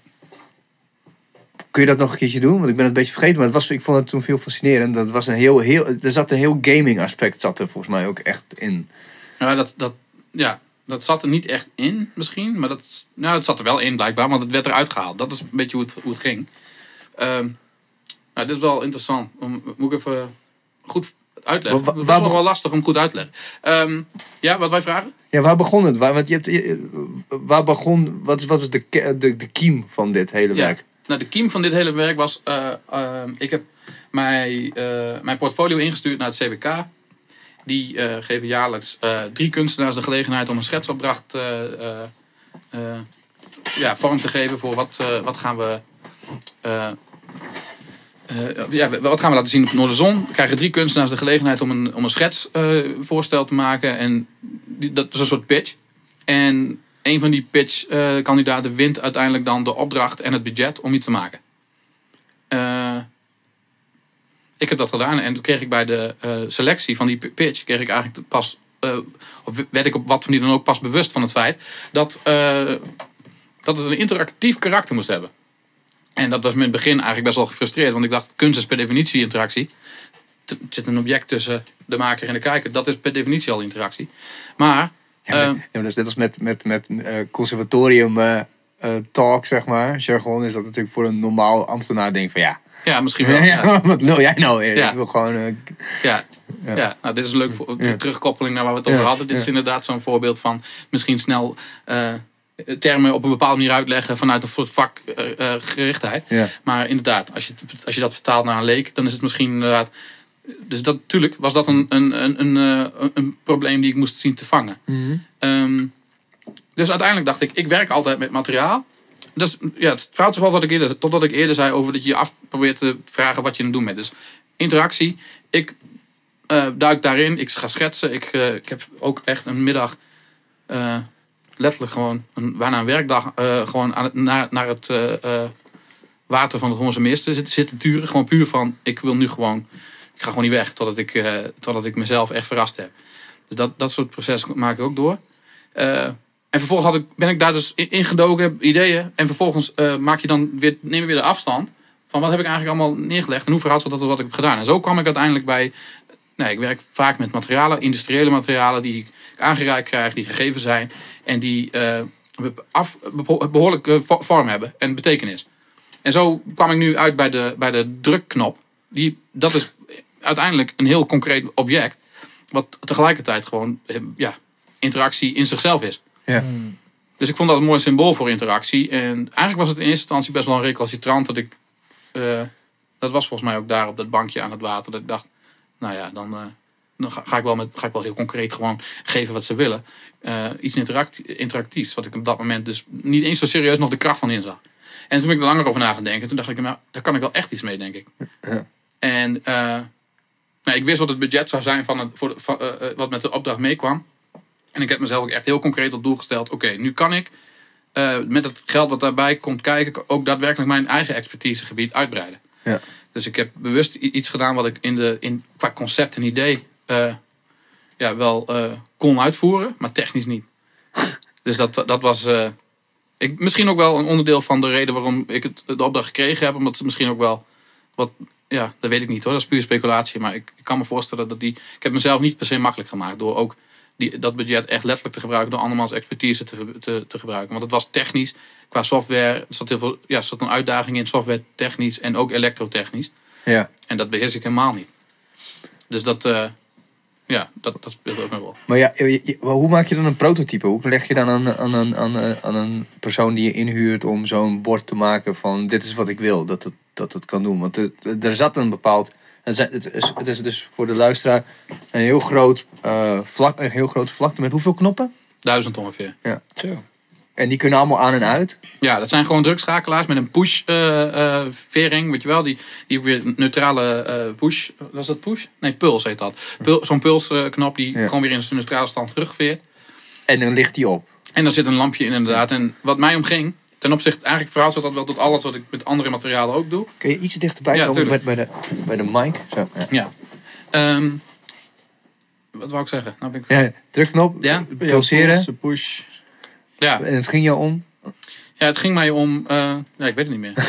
kun je dat nog een keertje doen? Want ik ben het een beetje vergeten. Maar het was, ik vond het toen veel fascinerend. Dat was een heel, heel, er zat een heel gaming aspect zat er volgens mij ook echt in. Ja, dat, dat, ja, dat zat er niet echt in misschien. Maar dat, nou, het zat er wel in blijkbaar. Want het werd eruit gehaald. Dat is een beetje hoe het, hoe het ging. Um, nou, dit is wel interessant. Om, moet ik even goed uitleggen. Het was wel lastig om goed uit te leggen. Um, ja, wat wij vragen? Ja, waar begon het? Waar, want je hebt, waar begon, wat, wat was de, de, de kiem van dit hele werk? Ja. Nou, de kiem van dit hele werk was... Uh, uh, ik heb mijn, uh, mijn portfolio ingestuurd naar het C B K. Die uh, geven jaarlijks uh, drie kunstenaars de gelegenheid om een schetsopdracht uh, uh, uh, ja, vorm te geven voor wat, uh, wat gaan we... Uh, uh, ja, wat gaan we laten zien op Noorderzon? We krijgen drie kunstenaars de gelegenheid om een, om een schetsvoorstel uh, te maken. En die, dat is een soort pitch. En... Een van die pitch-kandidaten uh, wint uiteindelijk dan de opdracht en het budget om iets te maken. Uh, ik heb dat gedaan en toen kreeg ik bij de uh, selectie van die pitch... kreeg ik eigenlijk pas, uh, of werd ik op wat van die dan ook pas bewust van het feit... dat, uh, dat het een interactief karakter moest hebben. En dat was me in het begin eigenlijk best wel gefrustreerd. Want ik dacht, kunst is per definitie interactie. Er zit een object tussen de maker en de kijker. Dat is per definitie al interactie. Maar... Ja, maar, uh, ja, maar dat is net als met, met, met uh, conservatorium uh, uh, talk, zeg maar. Jargon is dat natuurlijk voor een normaal ambtenaar denk van ja. Ja, misschien wel. Ja, ja. Wat wil jij nou? Ja. Ik wil gewoon... Uh, ja. Ja. ja, nou dit is een leuk voor, ja. terugkoppeling naar waar we het over ja. hadden. Dit ja. is inderdaad zo'n voorbeeld van misschien snel uh, termen op een bepaalde manier uitleggen vanuit een soort vakgerichtheid. Uh, uh, ja. Maar inderdaad, als je, als je dat vertaalt naar een leek, dan is het misschien inderdaad... Dus dat, natuurlijk was dat een, een, een, een, een, een probleem die ik moest zien te vangen. Mm-hmm. Um, dus uiteindelijk dacht ik, ik werk altijd met materiaal. Dus ja, het fout is wel wat ik eerder, totdat ik eerder zei over dat je je af probeert te vragen wat je aan het doen bent. Dus interactie, ik uh, duik daarin, ik ga schetsen. Ik, uh, ik heb ook echt een middag... Uh, letterlijk gewoon, een, bijna een werkdag, uh, gewoon aan het, naar, naar het uh, uh, water van het Hoornse Meer zitten, zitten turen. Gewoon puur van, ik wil nu gewoon, ik ga gewoon niet weg totdat ik, uh, totdat ik mezelf echt verrast heb. Dus dat, dat soort processen maak ik ook door. Uh, en vervolgens had ik, ben ik daar dus ingedoken, ideeën. En vervolgens uh, maak je dan weer, neem je weer de afstand van wat heb ik eigenlijk allemaal neergelegd en hoe verhoudt zich dat tot wat ik heb gedaan. En zo kwam ik uiteindelijk bij, nee, ik werk vaak met materialen, industriële materialen die ik aangereikt krijg, die gegeven zijn. En die uh, af, behoorlijke vorm hebben en betekenis. En zo kwam ik nu uit bij de, bij de drukknop. Die, dat is uiteindelijk een heel concreet object. Wat tegelijkertijd gewoon ja, interactie in zichzelf is. Ja. Hmm. Dus ik vond dat een mooi symbool voor interactie. En eigenlijk was het in eerste instantie best wel een recalcitrant. Dat ik, uh, dat was volgens mij ook daar op dat bankje aan het water. Dat ik dacht, nou ja, dan... Uh, Dan ga, ga, ik wel met, ga ik wel heel concreet gewoon geven wat ze willen. Uh, iets interactiefs. Wat ik op dat moment dus niet eens zo serieus nog de kracht van inzag. En toen ben ik er langer over na gaan denken. Toen dacht ik, nou, daar kan ik wel echt iets mee, denk ik. Ja. En uh, nou, ik wist wat het budget zou zijn van, het, voor de, van uh, wat met de opdracht meekwam. En ik heb mezelf ook echt heel concreet op doel gesteld. Oké, okay, nu kan ik uh, met het geld wat daarbij komt kijken... ook daadwerkelijk mijn eigen expertisegebied uitbreiden. Ja. Dus ik heb bewust iets gedaan wat ik in de, in, qua concept en idee... Uh, ja, wel uh, kon uitvoeren, maar technisch niet. Dus dat, dat was uh, ik, misschien ook wel een onderdeel van de reden waarom ik het, de opdracht gekregen heb. Omdat ze misschien ook wel wat, ja, dat weet ik niet hoor, dat is puur speculatie. Maar ik, ik kan me voorstellen dat die, ik heb mezelf niet per se makkelijk gemaakt door ook die, dat budget echt letterlijk te gebruiken, door andermans expertise te, te, te gebruiken. Want het was technisch, qua software, er zat heel veel, ja, er zat een uitdaging in, software technisch en ook elektrotechnisch. Ja. En dat beheers ik helemaal niet. Dus dat... Uh, Ja, dat, dat speelt ook nog wel. Maar ja, je, je, hoe maak je dan een prototype? Hoe leg je dan aan, aan, aan, aan, aan een persoon die je inhuurt om zo'n bord te maken van dit is wat ik wil, dat het, dat het kan doen? Want het, er zat een bepaald... Het is, het is dus voor de luisteraar een heel groot, uh, vlak, een heel groot vlakte met hoeveel knoppen? Duizend ongeveer. Ja. Zo. En die kunnen allemaal aan en uit? Ja, dat zijn gewoon drukschakelaars met een push-vering, uh, uh, weet je wel. Die, die ook weer neutrale uh, push... Was dat push? Nee, puls heet dat. Pul, Zo'n pulsknop die ja. gewoon weer in zijn neutrale stand terugveert. En dan ligt die op? En daar zit een lampje in inderdaad. En wat mij omging, ten opzichte... Eigenlijk verhoudt zich dat wel tot alles wat ik met andere materialen ook doe. Kun je iets dichterbij ja, komen bij, bij, de, bij de mic? Zo, ja. ja. Um, wat wou ik zeggen? Nou ben ik... Ja, drukknop, ja? pulseren. Push. Ja. En het ging jou om? Ja, het ging mij om... Uh, ja, ik weet het niet meer.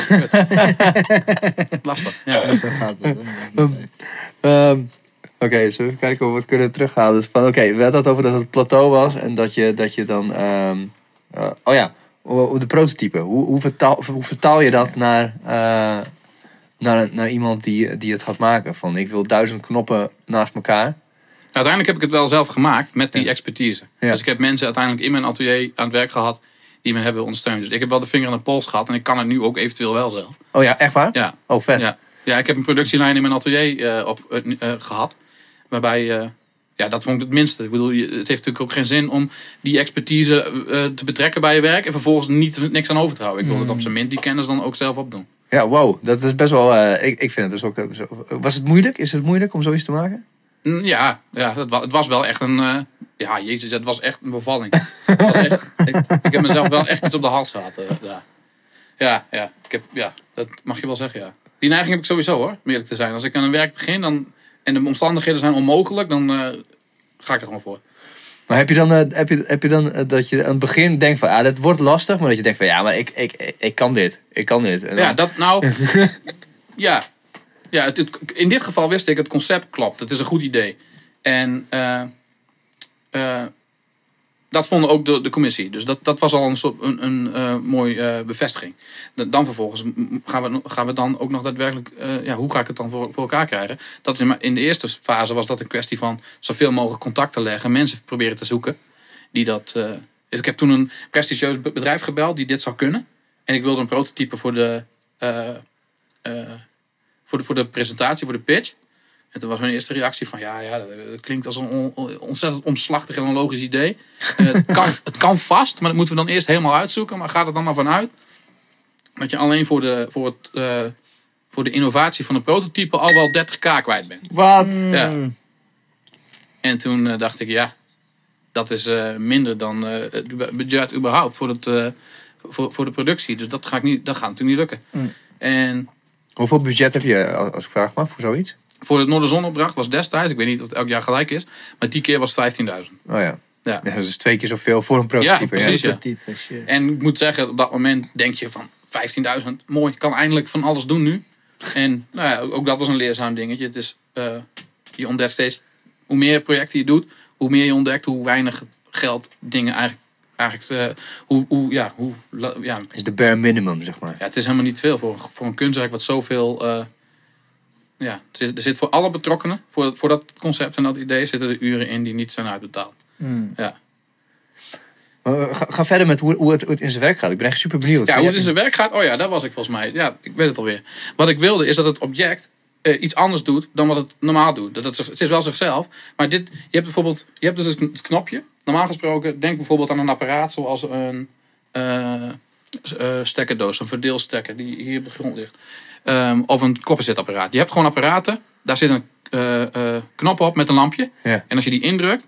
Lastig. Ja, zo gaat het. um, um, Oké, okay, zullen we even kijken of we het kunnen terughalen. Dus van, oké, okay, we hadden het over dat het plateau was en dat je, dat je dan... Um, uh, oh ja, de prototype. Hoe, hoe, vertaal, hoe vertaal je dat naar, uh, naar, naar iemand die, die het gaat maken? Van, ik wil duizend knoppen naast elkaar. Uiteindelijk heb ik het wel zelf gemaakt met die ja. expertise. Ja. Dus ik heb mensen uiteindelijk in mijn atelier aan het werk gehad die me hebben ondersteund. Dus ik heb wel de vinger aan de pols gehad en ik kan het nu ook eventueel wel zelf. Oh ja, echt waar? Ja. Oh, vet. Ja, ja ik heb een productielijn in mijn atelier uh, op, uh, uh, gehad. Waarbij, uh, ja, dat vond ik het minste. Ik bedoel, het heeft natuurlijk ook geen zin om die expertise uh, te betrekken bij je werk en vervolgens niet, niks aan over te houden. Ik wil mm. het op zijn minst die kennis dan ook zelf opdoen. Ja, wow. Dat is best wel... Uh, ik, ik vind het dus ook... Uh, zo, was het moeilijk? Is het moeilijk om zoiets te maken? Ja, ja het, was, het was wel echt een... Uh, ja, jezus, het was echt een bevalling. Het was echt, ik, ik heb mezelf wel echt iets op de hals gehad. Uh, ja. ja, ja, ik heb, ja, dat mag je wel zeggen, ja. Die neiging heb ik sowieso hoor, om eerlijk te zijn. Als ik aan een werk begin dan, en de omstandigheden zijn onmogelijk, dan uh, ga ik er gewoon voor. Maar heb je dan, uh, heb je, heb je dan uh, dat je aan het begin denkt van, ah, dat wordt lastig, maar dat je denkt van, ja, maar ik, ik, ik, ik kan dit, ik kan dit. En dan... Ja, dat nou... ja, ja het, het, in dit geval wist ik, het concept klopt. Het is een goed idee. En uh, uh, dat vonden ook de, de commissie. Dus dat, dat was al een, soort, een, een uh, mooie uh, bevestiging. Dan vervolgens gaan we, gaan we dan ook nog daadwerkelijk... Uh, ja, hoe ga ik het dan voor, voor elkaar krijgen? Dat in, in de eerste fase was dat een kwestie van zoveel mogelijk contacten leggen. Mensen proberen te zoeken die dat... Uh, Dus ik heb toen een prestigieus bedrijf gebeld die dit zou kunnen. En ik wilde een prototype voor de, uh, uh, voor de, voor de presentatie, voor de pitch. En toen was mijn eerste reactie van, ja, ja dat, dat klinkt als een on, ontzettend omslachtig en onlogisch idee. Uh, het, kan, het kan vast, maar dat moeten we dan eerst helemaal uitzoeken. Maar ga er dan maar vanuit dat je alleen voor de, voor het, uh, voor de innovatie van een prototype al wel dertig k kwijt bent. Wat? Ja. En toen uh, dacht ik, ja, dat is uh, minder dan uh, het budget überhaupt voor, het, uh, voor, voor de productie. Dus dat, ga ik niet, dat gaat natuurlijk niet lukken. Mm. En Hoeveel budget heb je, als ik vraag mag, voor zoiets? voor het Noorderzonopdracht was destijds, ik weet niet of het elk jaar gelijk is, maar die keer was het vijftienduizend. Oh ja. Ja. Ja, dat is twee keer zoveel voor een prototype. Ja, precies. Ja. Type shit. En ik moet zeggen, op dat moment denk je van vijftienduizend, mooi, ik kan eindelijk van alles doen nu. En nou ja, ook dat was een leerzaam dingetje. Het is, uh, je ontdekt steeds, hoe meer projecten je doet, hoe meer je ontdekt hoe weinig geld dingen eigenlijk, eigenlijk uh, hoe, hoe, ja, hoe, ja. Dat is de bare minimum, zeg maar. Ja, het is helemaal niet veel voor, voor een kunstwerk wat zoveel, uh, ja, er zit, er zit voor alle betrokkenen, voor, voor dat concept en dat idee, zitten er uren in die niet zijn uitbetaald. Mm. Ja. Maar ga, ga verder met hoe, hoe, het, hoe het in zijn werk gaat. Ik ben echt super benieuwd. Ja, hoe het in zijn werk gaat. Oh ja, dat was ik volgens mij. Ja, ik weet het alweer. Wat ik wilde is dat het object uh, iets anders doet dan wat het normaal doet. Dat het, het is wel zichzelf. Maar dit, je hebt bijvoorbeeld, je hebt dus het knopje. Normaal gesproken, denk bijvoorbeeld aan een apparaat zoals een uh, uh, stekkerdoos, een verdeelstekker die hier op de grond ligt. Um, of een koffiezetapparaat. Je hebt gewoon apparaten. Daar zit een uh, uh, knop op met een lampje. Ja. En als je die indrukt,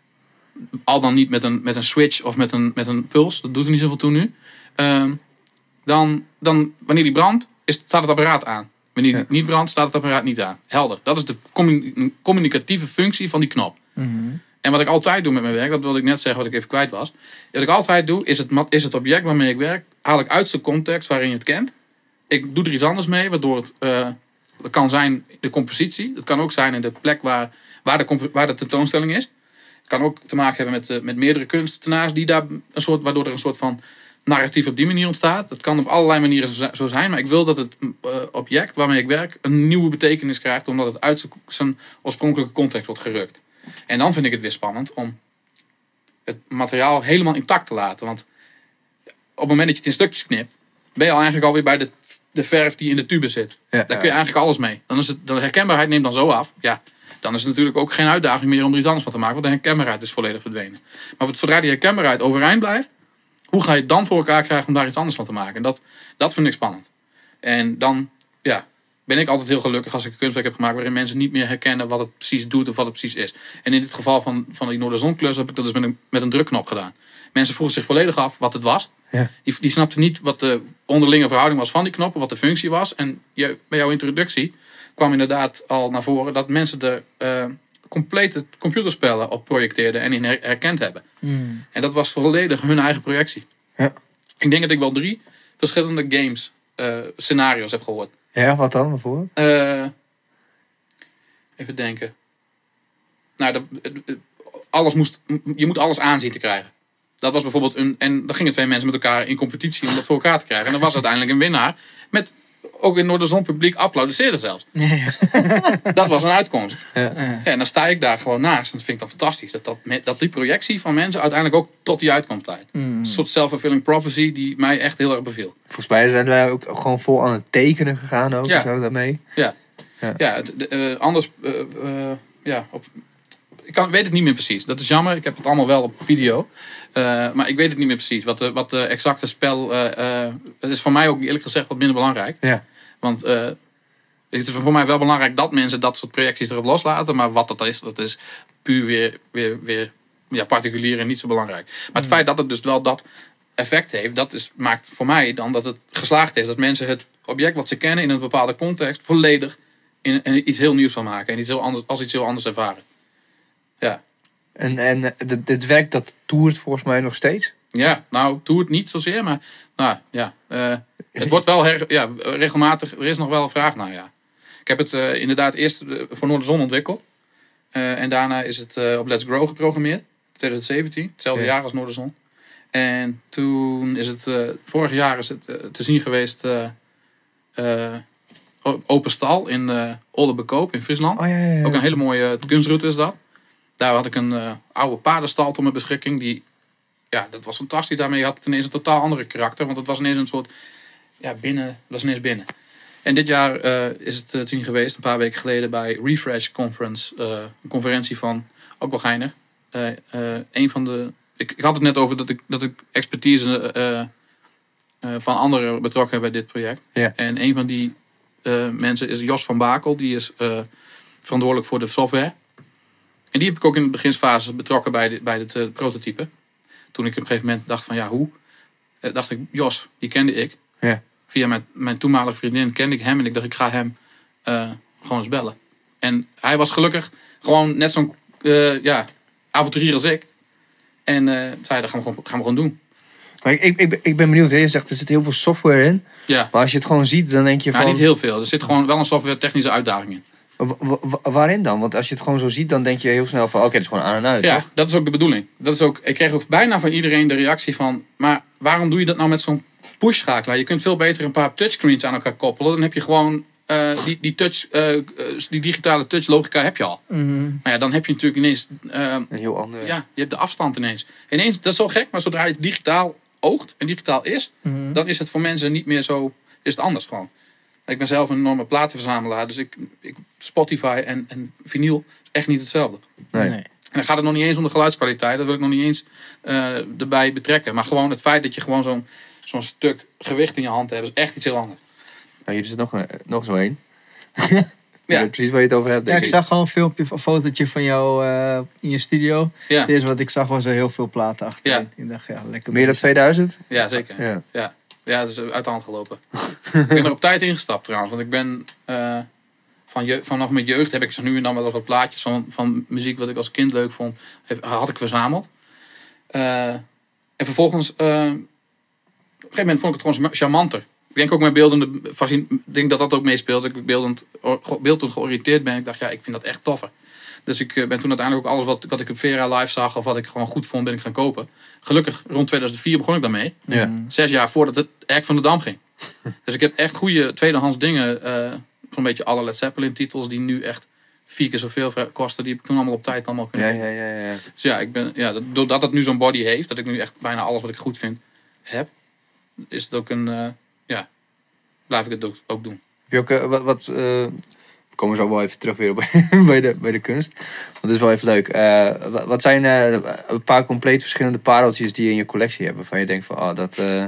al dan niet met een, met een switch of met een, met een puls, dat doet er niet zoveel toe nu. Um, dan, dan, wanneer die brandt, is, staat het apparaat aan. Wanneer die Ja. niet brandt, staat het apparaat niet aan. Helder. Dat is de commu- communicatieve functie van die knop. Mm-hmm. En wat ik altijd doe met mijn werk, dat wilde ik net zeggen wat ik even kwijt was. Wat ik altijd doe, is het, is het object waarmee ik werk, haal ik uit zijn context waarin je het kent. Ik doe er iets anders mee, waardoor het, uh, dat kan zijn de compositie. Het kan ook zijn in de plek waar, waar, de, comp- waar de tentoonstelling is. Het kan ook te maken hebben met, uh, met meerdere kunstenaars, die daar een soort, waardoor er een soort van narratief op die manier ontstaat. Dat kan op allerlei manieren zo, zo zijn, maar ik wil dat het uh, object waarmee ik werk een nieuwe betekenis krijgt, omdat het uit zijn, zijn oorspronkelijke context wordt gerukt. En dan vind ik het weer spannend om het materiaal helemaal intact te laten. Want op het moment dat je het in stukjes knipt, ben je al eigenlijk alweer bij de, de verf die in de tube zit. Ja, Daar kun je eigenlijk alles mee. Dan is het, de herkenbaarheid neemt dan zo af. Ja, dan is het natuurlijk ook geen uitdaging meer om er iets anders van te maken. Want de herkenbaarheid is volledig verdwenen. Maar zodra die herkenbaarheid overeind blijft, hoe ga je het dan voor elkaar krijgen om daar iets anders van te maken? En dat, dat vind ik spannend. En dan ja, ben ik altijd heel gelukkig als ik een kunstwerk heb gemaakt waarin mensen niet meer herkennen wat het precies doet of wat het precies is. En in dit geval van, van die Noorderzonklus heb ik dat dus met een, met een drukknop gedaan. Mensen vroegen zich volledig af wat het was. Ja. Die, die snapten niet wat de onderlinge verhouding was van die knoppen, wat de functie was. En je, bij jouw introductie kwam inderdaad al naar voren dat mensen er uh, complete computerspellen op projecteerden en in her- herkend hebben. Mm. En dat was volledig hun eigen projectie. Ja. Ik denk dat ik wel drie verschillende games, uh, scenario's heb gehoord. Ja, wat dan bijvoorbeeld? Uh, even denken. Nou, de, de- de- alles moest, je moet alles aanzien te krijgen. Dat was bijvoorbeeld een. En dan gingen twee mensen met elkaar in competitie om dat voor elkaar te krijgen. En dan was uiteindelijk een winnaar. Met ook in Noorderzon publiek applaudisseerde zelfs. Ja, ja. Dat was een uitkomst. Ja. Ja. Ja, en dan sta ik daar gewoon naast. En dat vind ik dan fantastisch. Dat, dat, met- dat die projectie van mensen uiteindelijk ook tot die uitkomst leidt. Mm. Een soort self-fulfilling prophecy die mij echt heel erg beviel. Volgens mij zijn wij ook gewoon vol aan het tekenen gegaan ook. Ja. En zo daarmee. Ja, Ja. ja het, de, eh, anders. eh, eh, ja, op, ik kan, weet het niet meer precies. Dat is jammer. Ik heb het allemaal wel op video. Uh, maar ik weet het niet meer precies. Wat de, wat de exacte spel. Uh, uh, het is voor mij ook eerlijk gezegd wat minder belangrijk. Ja. Want uh, het is voor mij wel belangrijk dat mensen dat soort projecties erop loslaten. Maar wat dat is, dat is puur weer, weer, weer ja, particulier en niet zo belangrijk. Maar het feit dat het dus wel dat effect heeft, dat is, maakt voor mij dan dat het geslaagd is. Dat mensen het object wat ze kennen in een bepaalde context volledig in, in iets heel nieuws van maken. En iets heel anders, als iets heel anders ervaren. Ja. En, en eh, dit, dit werk dat toert volgens mij nog steeds. Ja, nou, doe het niet zozeer, maar nou, ja, uh, het wordt wel her, ja, regelmatig, er is nog wel een vraag naar, ja. Ik heb het uh, inderdaad eerst voor Noorderzon ontwikkeld. Uh, en daarna is het uh, op Let's Grow geprogrammeerd, twintig zeventien, hetzelfde Ja. jaar als Noorderzon. En toen is het, uh, vorig jaar is het uh, te zien geweest, uh, uh, Open Stal in uh, Oldenbekoop in Friesland. Oh ja, ja, ja. Ook een hele mooie kunstroute is dat. Daar had ik een uh, oude paardenstal tot mijn beschikking die ja, dat was fantastisch. Daarmee had het ineens een totaal andere karakter. Want het was ineens een soort, ja, binnen, dat was ineens binnen. En dit jaar uh, is het uh, toen geweest, een paar weken geleden, bij Refresh Conference. Uh, een conferentie van, ook wel geinig. Uh, uh, een van de, ik, ik had het net over dat ik, dat ik expertise uh, uh, van anderen betrokken heb bij dit project. Ja. En een van die uh, mensen is Jos van Bakel. Die is uh, verantwoordelijk voor de software. En die heb ik ook in de beginsfase betrokken bij, dit, bij het uh, prototype. Toen ik op een gegeven moment dacht van ja, hoe? Uh, dacht ik, Jos, die kende ik. Ja. Via mijn, mijn toenmalige vriendin kende ik hem. En ik dacht, ik ga hem uh, gewoon eens bellen. En hij was gelukkig gewoon net zo'n uh, ja, avonturier als ik. En uh, zei, dat gaan we gewoon, gaan we gewoon doen. Maar ik, ik, ik ben benieuwd, hè. Je zegt er zit heel veel software in. Ja. Maar als je het gewoon ziet, dan denk je van... Ja, niet heel veel. Er zit gewoon wel een software technische uitdaging in. Wa- wa- waarin dan? Want als je het gewoon zo ziet, dan denk je heel snel van... Oké, okay, dat is gewoon aan en uit. Ja, toch? dat is ook de bedoeling. Dat is ook, ik kreeg ook bijna van iedereen de reactie van... Maar waarom doe je dat nou met zo'n push-schakelaar? Je kunt veel beter een paar touchscreens aan elkaar koppelen. Dan heb je gewoon uh, die, die, touch, uh, die digitale touch-logica heb je al. Mm-hmm. Maar ja, dan heb je natuurlijk ineens... Uh, Een heel ander... ja, je hebt de afstand ineens. Ineens, dat is zo gek, maar zodra je het digitaal oogt en digitaal is... Mm-hmm. dan is het voor mensen niet meer zo... is het anders gewoon. Ik ben zelf een enorme platenverzamelaar. Dus ik, ik, Spotify en, en vinyl is echt niet hetzelfde. Nee. Nee. En dan gaat het nog niet eens om de geluidskwaliteit. Dat wil ik nog niet eens uh, erbij betrekken. Maar gewoon het feit dat je gewoon zo'n zo'n stuk gewicht in je hand hebt... is echt iets heel anders. Nou, hier zit nog, een- nog zo één. Ja. Ja. Precies waar je het over hebt. Ja, denk ik zag gewoon een filmpje, een fotootje van jou uh, in je studio. Ja, Het eerste wat ik zag was er heel veel platen achterin. Ja. Ik dacht, ja, lekker Meer dan bezig. tweeduizend? ja zeker. Ja. Ja. Ja, dat is uit de hand gelopen. Ik ben er op tijd ingestapt trouwens. Want ik ben... Uh, van je, vanaf mijn jeugd heb ik zo nu en dan wel wat plaatjes van, van muziek wat ik als kind leuk vond. Heb, had ik verzameld. Uh, en vervolgens... Uh, op een gegeven moment vond ik het gewoon charmanter. Ik denk ook mijn beeldende... Ik denk dat dat ook meespeelt. Dat ik beeldend, beeldend georiënteerd ben. Ik dacht, ja, ik vind dat echt toffer. Dus ik ben toen uiteindelijk ook alles wat, wat ik op Vera live zag... of wat ik gewoon goed vond, ben ik gaan kopen. Gelukkig, rond tweeduizend vier begon ik daarmee. Ja. Zes jaar voordat het Erk van de Dam ging. Dus ik heb echt goede tweedehands dingen... Uh, zo'n beetje alle Led Zeppelin titels... die nu echt vier keer zoveel kosten... die heb ik toen allemaal op tijd allemaal kunnen Ja, ja, ja, ja. Dus ja, ik ben, ja dat, doordat het nu zo'n body heeft... dat ik nu echt bijna alles wat ik goed vind heb... is het ook een... Uh, ja, blijf ik het ook, ook doen. Heb je ook uh, wat... wat uh, we komen zo wel even terug weer op, bij, de, bij de kunst. Want dat is wel even leuk. Uh, wat zijn uh, een paar compleet verschillende pareltjes... die je in je collectie hebt... waarvan je denkt van... Oh, dat... Uh,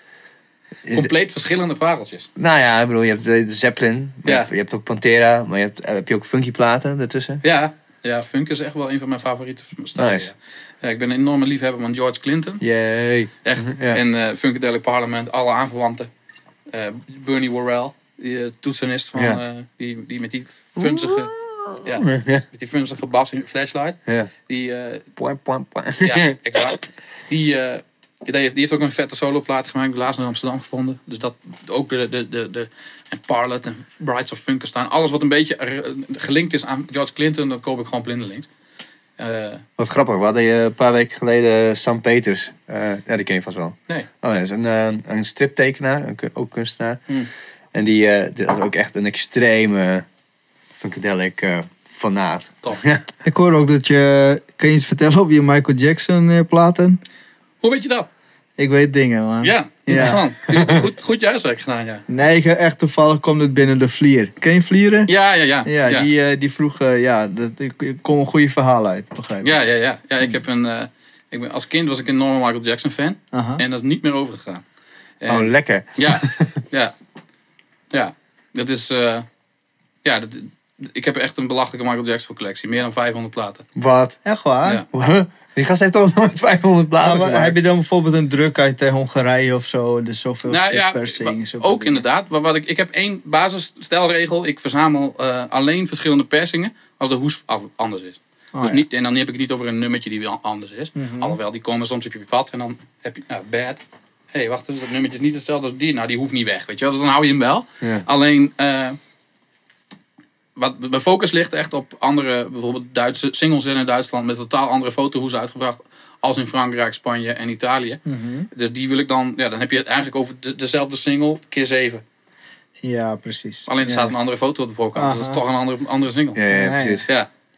Compleet de... verschillende pareltjes. Nou ja, ik bedoel, je hebt de Zeppelin. Je, Ja. hebt, je hebt ook Pantera. Maar je hebt, heb je ook funky platen ertussen? Ja, ja, funk is echt wel een van mijn favoriete stijlen. Nice. Ja. Ja, ik ben een enorme liefhebber van George Clinton. Yay. Echt. Ja. En uh, Funkadelic Parliament, alle aanverwanten. Uh, Bernie Worrell, die uh, toetsenist van... Ja. Uh, die, die met die funzige... Ja, met die funzige bas in Flashlight. Ja. Die... Uh, Poing, poing, poing. ja, exact. Die... Uh, Die heeft, die heeft ook een vette soloplaat gemaakt. Die laatst in Amsterdam gevonden. Dus dat ook de, de, de, de en Parlet en Brides of Funkenstaan. Alles wat een beetje gelinkt is aan George Clinton. Dat koop ik gewoon blindelings. Uh, Wat grappig. We hadden een paar weken geleden Sam Peters. Uh, ja, die ken je vast wel. nee. Oh, dat is een, uh, een striptekenaar. Een, ook kunstenaar. Hmm. En die, uh, die had ook echt een extreme funkadelic uh, fanaat. Tof. Ik hoor ook dat je... Kun je iets vertellen over je Michael Jackson uh, platen? Hoe weet je dat? Ik weet dingen, man. Ja, interessant. Je hebt goed, goed je huiswerk gedaan, ja. Nee, ik, echt toevallig komt het binnen de Vlier. Ken je Vlieren? Ja, ja, ja. Ja, ja. Die, uh, die vroeg... Uh, ja, dat, ik, ik kom een goede verhaal uit, begrijp ik. Ja, ja, ja. ja ik heb een, uh, ik ben, als kind was ik een enorme Michael Jackson fan. Aha. En dat is niet meer overgegaan. En, Oh, lekker. Ja, ja. Ja. Dat is... Uh, ja, dat, ik heb echt een belachelijke Michael Jackson collectie. Meer dan vijfhonderd platen. Wat? Echt waar? Ja. Huh? Die gast heeft toch nooit vijfhonderd bladen Nou, maar gemaakt? heb je dan bijvoorbeeld een druk uit uh, Hongarije of zo? Dus zoveel Nou ja, persing. wa- zoveel ook dingen. inderdaad. Maar wat ik, ik heb één basisstelregel. Ik verzamel uh, alleen verschillende persingen als de hoes af, anders is. Oh, dus ja. niet, en dan heb ik het niet over een nummertje die weer anders is. Mhm. Alhoewel, die komen soms op je pad en dan heb je... Nou, bad. Hé, hey, wacht eens, dat nummertje is niet hetzelfde als die. Nou, die hoeft niet weg, weet je wel. Dus dan hou je hem wel. Ja. Alleen... Uh, wat, mijn focus ligt echt op andere, bijvoorbeeld Duitse singles in Duitsland met totaal andere fotohoes uitgebracht als in Frankrijk, Spanje en Italië. Mhm. Dus die wil ik dan, ja, dan heb je het eigenlijk over de, dezelfde single keer zeven. Ja, precies. Alleen er ja. staat een andere foto op de voorkant. Dus dat is Aha. toch een andere, andere single. Ja, ja, Ja, ja. precies. Ja.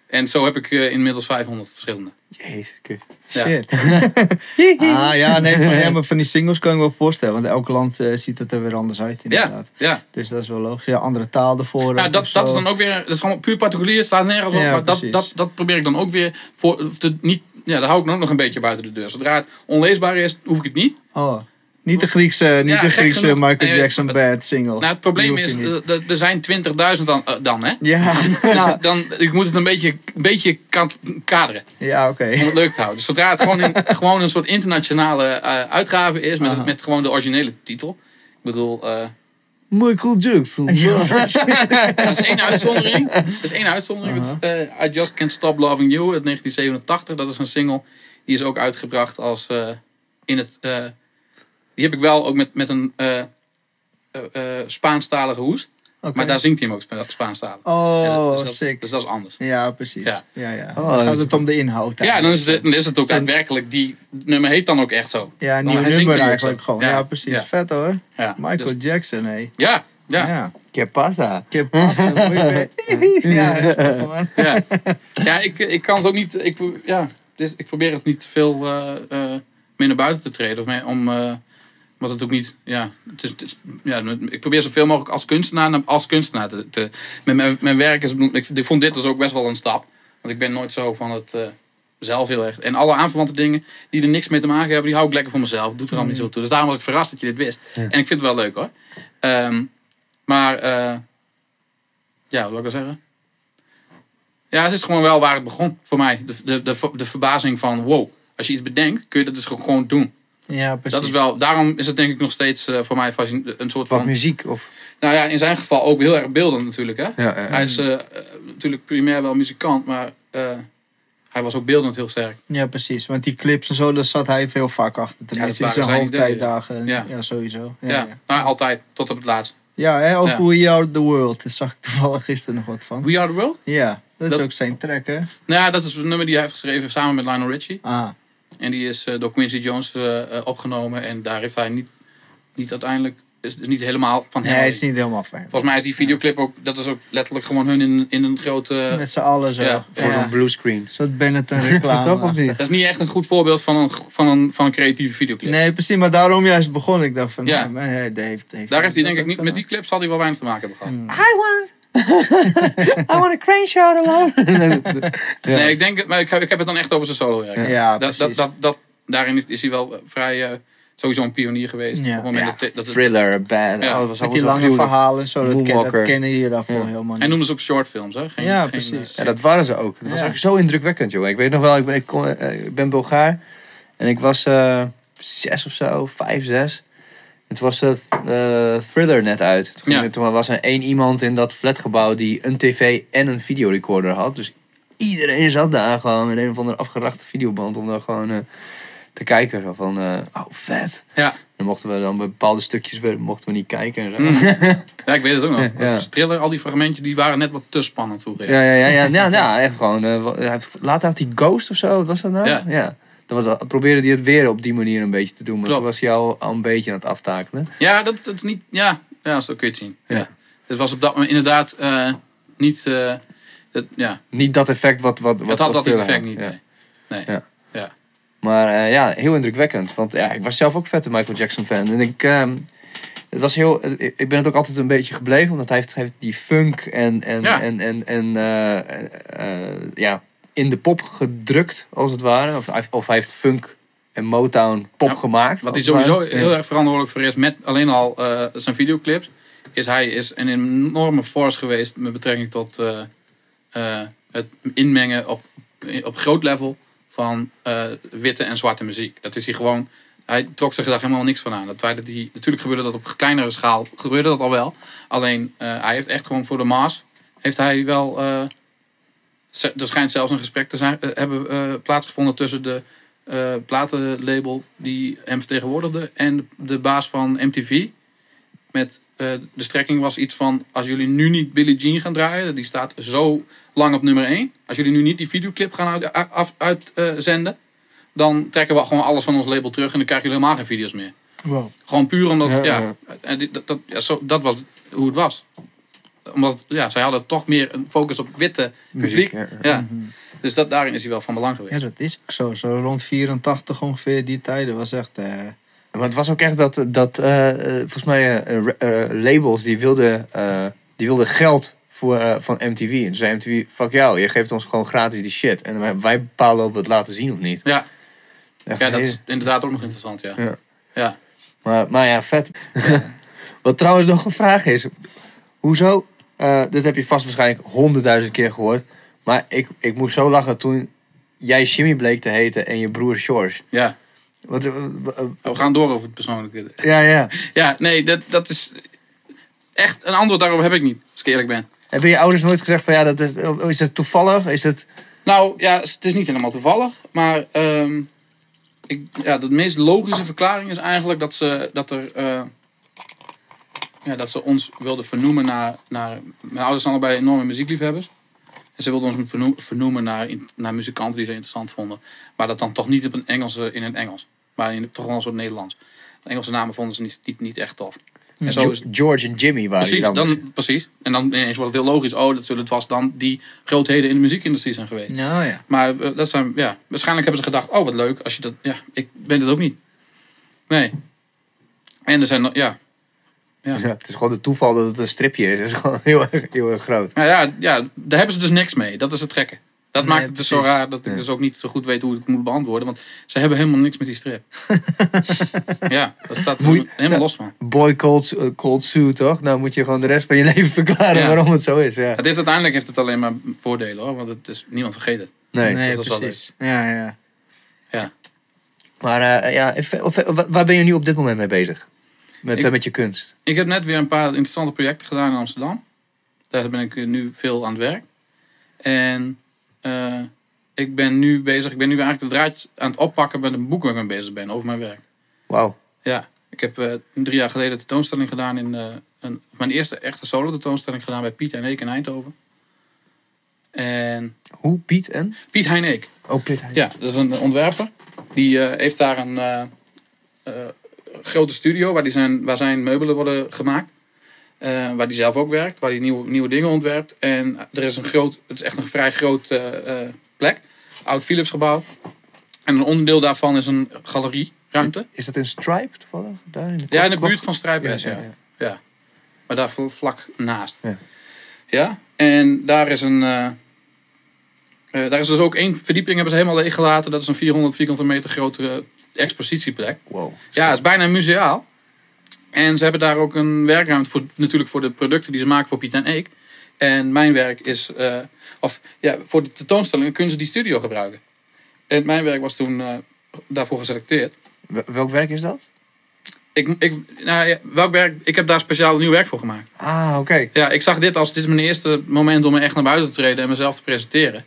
En zo heb ik uh, inmiddels vijfhonderd verschillende. Jezus, kut. Ja. Shit. ah ja, nee, van, ja, maar van die singles kan ik me wel voorstellen. Want elk land uh, ziet het er weer anders uit inderdaad. Ja, ja. Dus dat is wel logisch. Ja, andere taal ervoor. Nou, dat, dat is dan ook weer, dat is gewoon puur particulier, het staat nergens op. Ja, maar dat, dat, dat probeer ik dan ook weer voor, te, niet, ja, daar hou ik dan ook nog een beetje buiten de deur. Zodra het onleesbaar is, hoef ik het niet. Oh. Niet de Griekse, niet Ja, de gek Griekse genoeg. Michael Nee, Jackson het- bad single. Nou, het probleem Die is, hoef je niet. uh, d- er zijn twintigduizend dan, uh, dan hè. Ja, Dus dan, ik moet het een beetje, een beetje kant- kaderen ja oké. om het leuk te houden. Dus zodra het gewoon, in, gewoon een soort internationale uh, uitgave is, met, Aha. met gewoon de originele titel. Ik bedoel, uh, Michael Jackson. dat is één uitzondering. Dat is één uitzondering. Het is, uh, I Just Can't Stop Loving You uit negentien zevenentachtig. Dat is een single, die is ook uitgebracht als uh, in het... Uh, die heb ik wel ook met, met een uh, uh, uh, Spaanstalige hoes. Oké. Maar daar zingt hij hem ook Spa- Spaanstalig. Oh, Ja, dus, dat, sick. dus dat is anders. Ja, precies. Ja. Ja. Ja, Oh, dan gaat het om de inhoud. Ja, dan is, het, dan is het ook Zijn- daadwerkelijk, die het nummer heet dan ook echt zo. Ja, een Dan- nieuw hij zingt nummer hem ook eigenlijk zo. gewoon. Ja, Ja, precies. ja. Vet hoor. Ja, Michael dus- Jackson, hé. ja, ja, ja. Ja. Que pasa? Ik heb pasta, moet je- Ja, heftig, man. ja. Ja, ik, ik kan het ook niet, ik, pro- ja, dus ik probeer het niet te veel uh, uh, meer naar buiten te treden. Of mee, om, uh, wat het ook niet, ja, het is, het is, ja, ik probeer zoveel mogelijk als kunstenaar, als kunstenaar te, te met mijn, mijn werk is, ik, ik vond dit dus ook best wel een stap. Want ik ben nooit zo van het uh, zelf heel erg. En alle aanverwante dingen die er niks mee te maken hebben, die hou ik lekker voor mezelf. Doet er allemaal niet zo toe. Dus daarom was ik verrast dat je dit wist. Ja. En ik vind het wel leuk hoor. Um, maar, uh, ja, wat wil ik nou zeggen? Ja, het is gewoon wel waar het begon voor mij. De, de, de, de verbazing van, wow, als je iets bedenkt, kun je dat dus gewoon doen. Ja, precies. Dat is wel, daarom is het denk ik nog steeds uh, voor mij fascin- een soort Wat van... muziek? Of... Nou ja, in zijn geval ook heel erg beeldend natuurlijk. Hè? Ja, ja, ja. Hij is uh, uh, natuurlijk primair wel muzikant, maar uh, hij was ook beeldend heel sterk. Ja, precies. Want die clips en zo, daar zat hij veel vaak achter. Tenminste, dat in waren zijn zijn hoogtijdagen. Ja. Ja. ja, sowieso. Ja, Ja, ja. Nou, altijd, tot op het laatst. ja hè, ook Ja. We Are The World. Daar zag ik toevallig gisteren nog wat van. We Are The World? Ja, dat is Dat- ook zijn track, hè? Nou ja, dat is een nummer die hij heeft geschreven samen met Lionel Richie. Ah, En die is uh, door Quincy Jones uh, uh, opgenomen. En daar heeft hij niet, niet uiteindelijk... Is, is niet helemaal van hem. nee, hij is niet helemaal fijn. Volgens mij is die videoclip ook... Dat is ook letterlijk gewoon hun in, in een grote... Met z'n allen zo. Ja, Ja, Voor zo'n bluescreen. Een soort Benetton reclame. Toch of niet? Dat is niet echt een goed voorbeeld van een, van een, van een creatieve videoclip. Nee, precies. Maar daarom juist begon ik. dacht van, Ja. nou, maar hij heeft, heeft Daar heeft hij denk dat ik niet... ook Met die clip zal hij wel weinig te maken hebben gehad. Hmm. I want... I want a crane shot alone. Ja. Nee, ik denk... het- Maar ik heb, ik heb het dan echt over zijn solowerk. gedaan. Ja, dat, precies. dat, dat, dat, daarin is, is hij wel uh, vrij... Uh, sowieso een pionier geweest. Ja. Op het moment Ja, dat, dat het, Thriller, bad. Ja. Oh, dat was Met allemaal die zo lange gruwelijk. verhalen, zo, dat, ken, dat Moonwalker. kennen jullie daarvoor Ja. helemaal hij niet. noemde ze ook shortfilms, hè? Geen, Ja, geen, precies. uh, Ja, dat waren ze ook. Dat was Ja. echt zo indrukwekkend, joh. Ik weet nog wel, ik ben, ik, kon, eh, ik ben Bulgaar. En ik was uh, zes of zo, vijf, zes. Het was uh, uh, Thriller net uit. Toen, ging- Ja. toen was er één iemand in dat flatgebouw die een tv en een videorecorder had. Dus iedereen zat daar gewoon met een of andere afgerachte videoband om daar gewoon uh, te kijken. Zo van, uh, oh vet. Ja. Dan mochten we dan bij bepaalde stukjes we- mochten we niet kijken en zo. Mm. Ja, ik weet het ook nog. Ja. Dat Thriller, al die fragmentjes, die waren net wat te spannend vroeger. Ja, ja, ja, ja, ja, ja echt gewoon. uh, wa- hij heeft- later had hij Ghost of zo, wat was dat nou? Ja. Dan was, probeerde hij het weer op die manier een beetje te doen, maar Klopt. toen was hij al, al een beetje aan het aftakelen. Ja, dat, dat is niet... Ja, ja, zo kun je het zien. Ja. Ja. Het was op dat moment inderdaad uh, niet... Uh, het, ja, Niet dat effect wat... wat, wat het had wat dat Thriller effect had. niet. Ja. Nee. Nee. Ja. Ja. Maar uh, ja, heel indrukwekkend. Want ja, ik was zelf ook vette Michael Jackson fan. En ik, um, het was heel, ik ben het ook altijd een beetje gebleven, omdat hij heeft, hij heeft die funk en, en, Ja. en, en, en uh, uh, ja, in de pop gedrukt, als het ware. Of, hij- of hij heeft funk en Motown pop Ja, gemaakt. Wat hij als het sowieso ware. heel Ja. erg verantwoordelijk voor is met alleen al uh, zijn videoclips, is hij is een enorme force geweest met betrekking tot uh, uh, het inmengen op, op groot level van uh, witte en zwarte muziek. Dat is hij gewoon, hij trok zich daar helemaal niks van aan. Dat feit dat hij, natuurlijk gebeurde dat op kleinere schaal, gebeurde dat al wel. Alleen uh, hij heeft echt gewoon voor de mass, heeft hij wel, uh, er schijnt zelfs een gesprek te zijn, uh, hebben uh, plaatsgevonden tussen de uh, platenlabel die hem vertegenwoordigde en de, de baas van M T V. Met uh, de strekking was iets van, als jullie nu niet Billie Jean gaan draaien, die staat zo lang op nummer één. Als jullie nu niet die videoclip gaan uitzenden, uit, uit, uh, zenden, dan trekken we gewoon alles van ons label terug en dan krijgen jullie helemaal geen video's meer. Wow. Gewoon puur omdat, Ja, ja, ja. en dit- dat, dat, ja, zo, dat was hoe het was. omdat ja, zij hadden toch meer een focus op witte muziek. Muziek, ja. ja. Ja. Dus dat, daarin is hij wel van belang geweest. Ja, dat is ook zo. Zo rond vierentachtig ongeveer, die tijden was echt... Uh... Maar het was ook echt dat, dat uh, volgens mij uh, uh, labels die wilden, uh, die wilden geld voor, uh, van M T V. En toen zei M T V, fuck jou, je geeft ons gewoon gratis die shit. En wij, wij bepalen of we het laten zien of niet. Ja, Echt ja dat heel... is inderdaad ook nog interessant, ja. Ja. ja. Maar, maar ja, vet. Wat trouwens nog een vraag is. Hoezo? Uh, dit heb je vast waarschijnlijk honderdduizend keer gehoord. Maar ik, ik moest zo lachen toen jij Jimmy bleek te heten en je broer George. Ja. Wat, uh, uh, We gaan door over het persoonlijke. ja, ja. Ja, nee, dat, dat is echt een antwoord daarop heb ik niet, als ik eerlijk ben. Hebben je ouders nooit gezegd van ja, dat is, is het toevallig? Is het... Nou, ja, het is niet helemaal toevallig, maar um, ik, ja, de meest logische verklaring is eigenlijk dat ze, dat er, uh, ja, dat ze ons wilden vernoemen naar, naar... Mijn ouders zijn allebei enorme muziekliefhebbers. En ze wilden ons verno- vernoemen naar, naar muzikanten die ze interessant vonden. Maar dat dan toch niet op een Engelse, in het Engels. Maar in, toch wel een soort Nederlands. De Engelse namen vonden ze niet, niet, niet echt tof. En zo is, George en Jimmy waren precies, die dan. dan, precies. En dan ineens wordt het heel logisch. Oh, dat zullen het vast dan die grootheden in de muziekindustrie zijn geweest. Nou ja. Maar uh, dat zijn, ja, waarschijnlijk hebben ze gedacht, oh wat leuk. Als je dat, ja, ik ben het ook niet. Nee. En er zijn, nog- ja. Ja. Ja, het is gewoon het toeval dat het een stripje is. Het is gewoon heel erg, heel erg groot. Nou ja, ja, daar hebben ze dus niks mee. Dat is het gekke. Dat Nee, maakt het dus zo precies. raar dat ik Ja. dus ook niet zo goed weet hoe ik het moet beantwoorden. Want ze hebben helemaal niks met die strip. Ja, dat staat er Moet je- helemaal ja. los van. Boy Cold, uh, Cold Sue, toch? Nou moet je gewoon de rest van je leven verklaren Ja. waarom het zo is. Ja. Het heeft uiteindelijk heeft het alleen maar voordelen hoor. Want het is, niemand vergeet het. Nee. Nee, dat is wel precies. Ja, ja. Ja. Maar uh, ja, even- of- of- waar ben je nu op dit moment mee bezig? Met, Ik- uh, met je kunst? Ik heb net weer een paar interessante projecten gedaan in Amsterdam. Daar ben ik uh, nu veel aan het werk. En uh, ik ben nu bezig. Ik ben nu eigenlijk de draadjes aan het oppakken met een boek waar ik mee bezig ben over mijn werk. Wauw. Ja, ik heb uh, drie jaar geleden een tentoonstelling gedaan in uh, een, mijn eerste echte solo tentoonstelling gedaan bij Piet en Eek in Eindhoven. En Hoe? Piet en? Piet Hein Eek, Oh, Piet. ja, dat is een ontwerper. Die uh, heeft daar een uh, uh, grote studio waar, die zijn, waar zijn meubelen worden gemaakt. Uh, waar hij zelf ook werkt, waar hij nieuwe, nieuwe dingen ontwerpt. En er is een groot, het is echt een vrij groot uh, uh, plek. Oud Philips gebouw. En een onderdeel daarvan is een galerieruimte. Is dat in Stripe toevallig? Daar in de Ja, in de klok- buurt van Strijp S, ja, Ja, ja, ja, ja. Maar daar vl- vlak naast. Ja. Ja, en daar is een... Uh, uh, daar is dus ook één verdieping hebben ze helemaal leeggelaten. Dat is een vierhonderd vierkante meter grote expositieplek. Wow. Ja, het is bijna museaal. En ze hebben daar ook een werkruimte voor, natuurlijk voor de producten die ze maken voor Piet en Eek. En mijn werk is, uh, of ja, voor de tentoonstelling kunnen ze die studio gebruiken. En mijn werk was toen uh, daarvoor geselecteerd. Wel- Welk werk is dat? Ik, ik, nou ja, welk werk? Ik heb daar speciaal nieuw werk voor gemaakt. Ah, oké. Ja, ik zag dit als, dit is mijn eerste moment om me echt naar buiten te treden en mezelf te presenteren.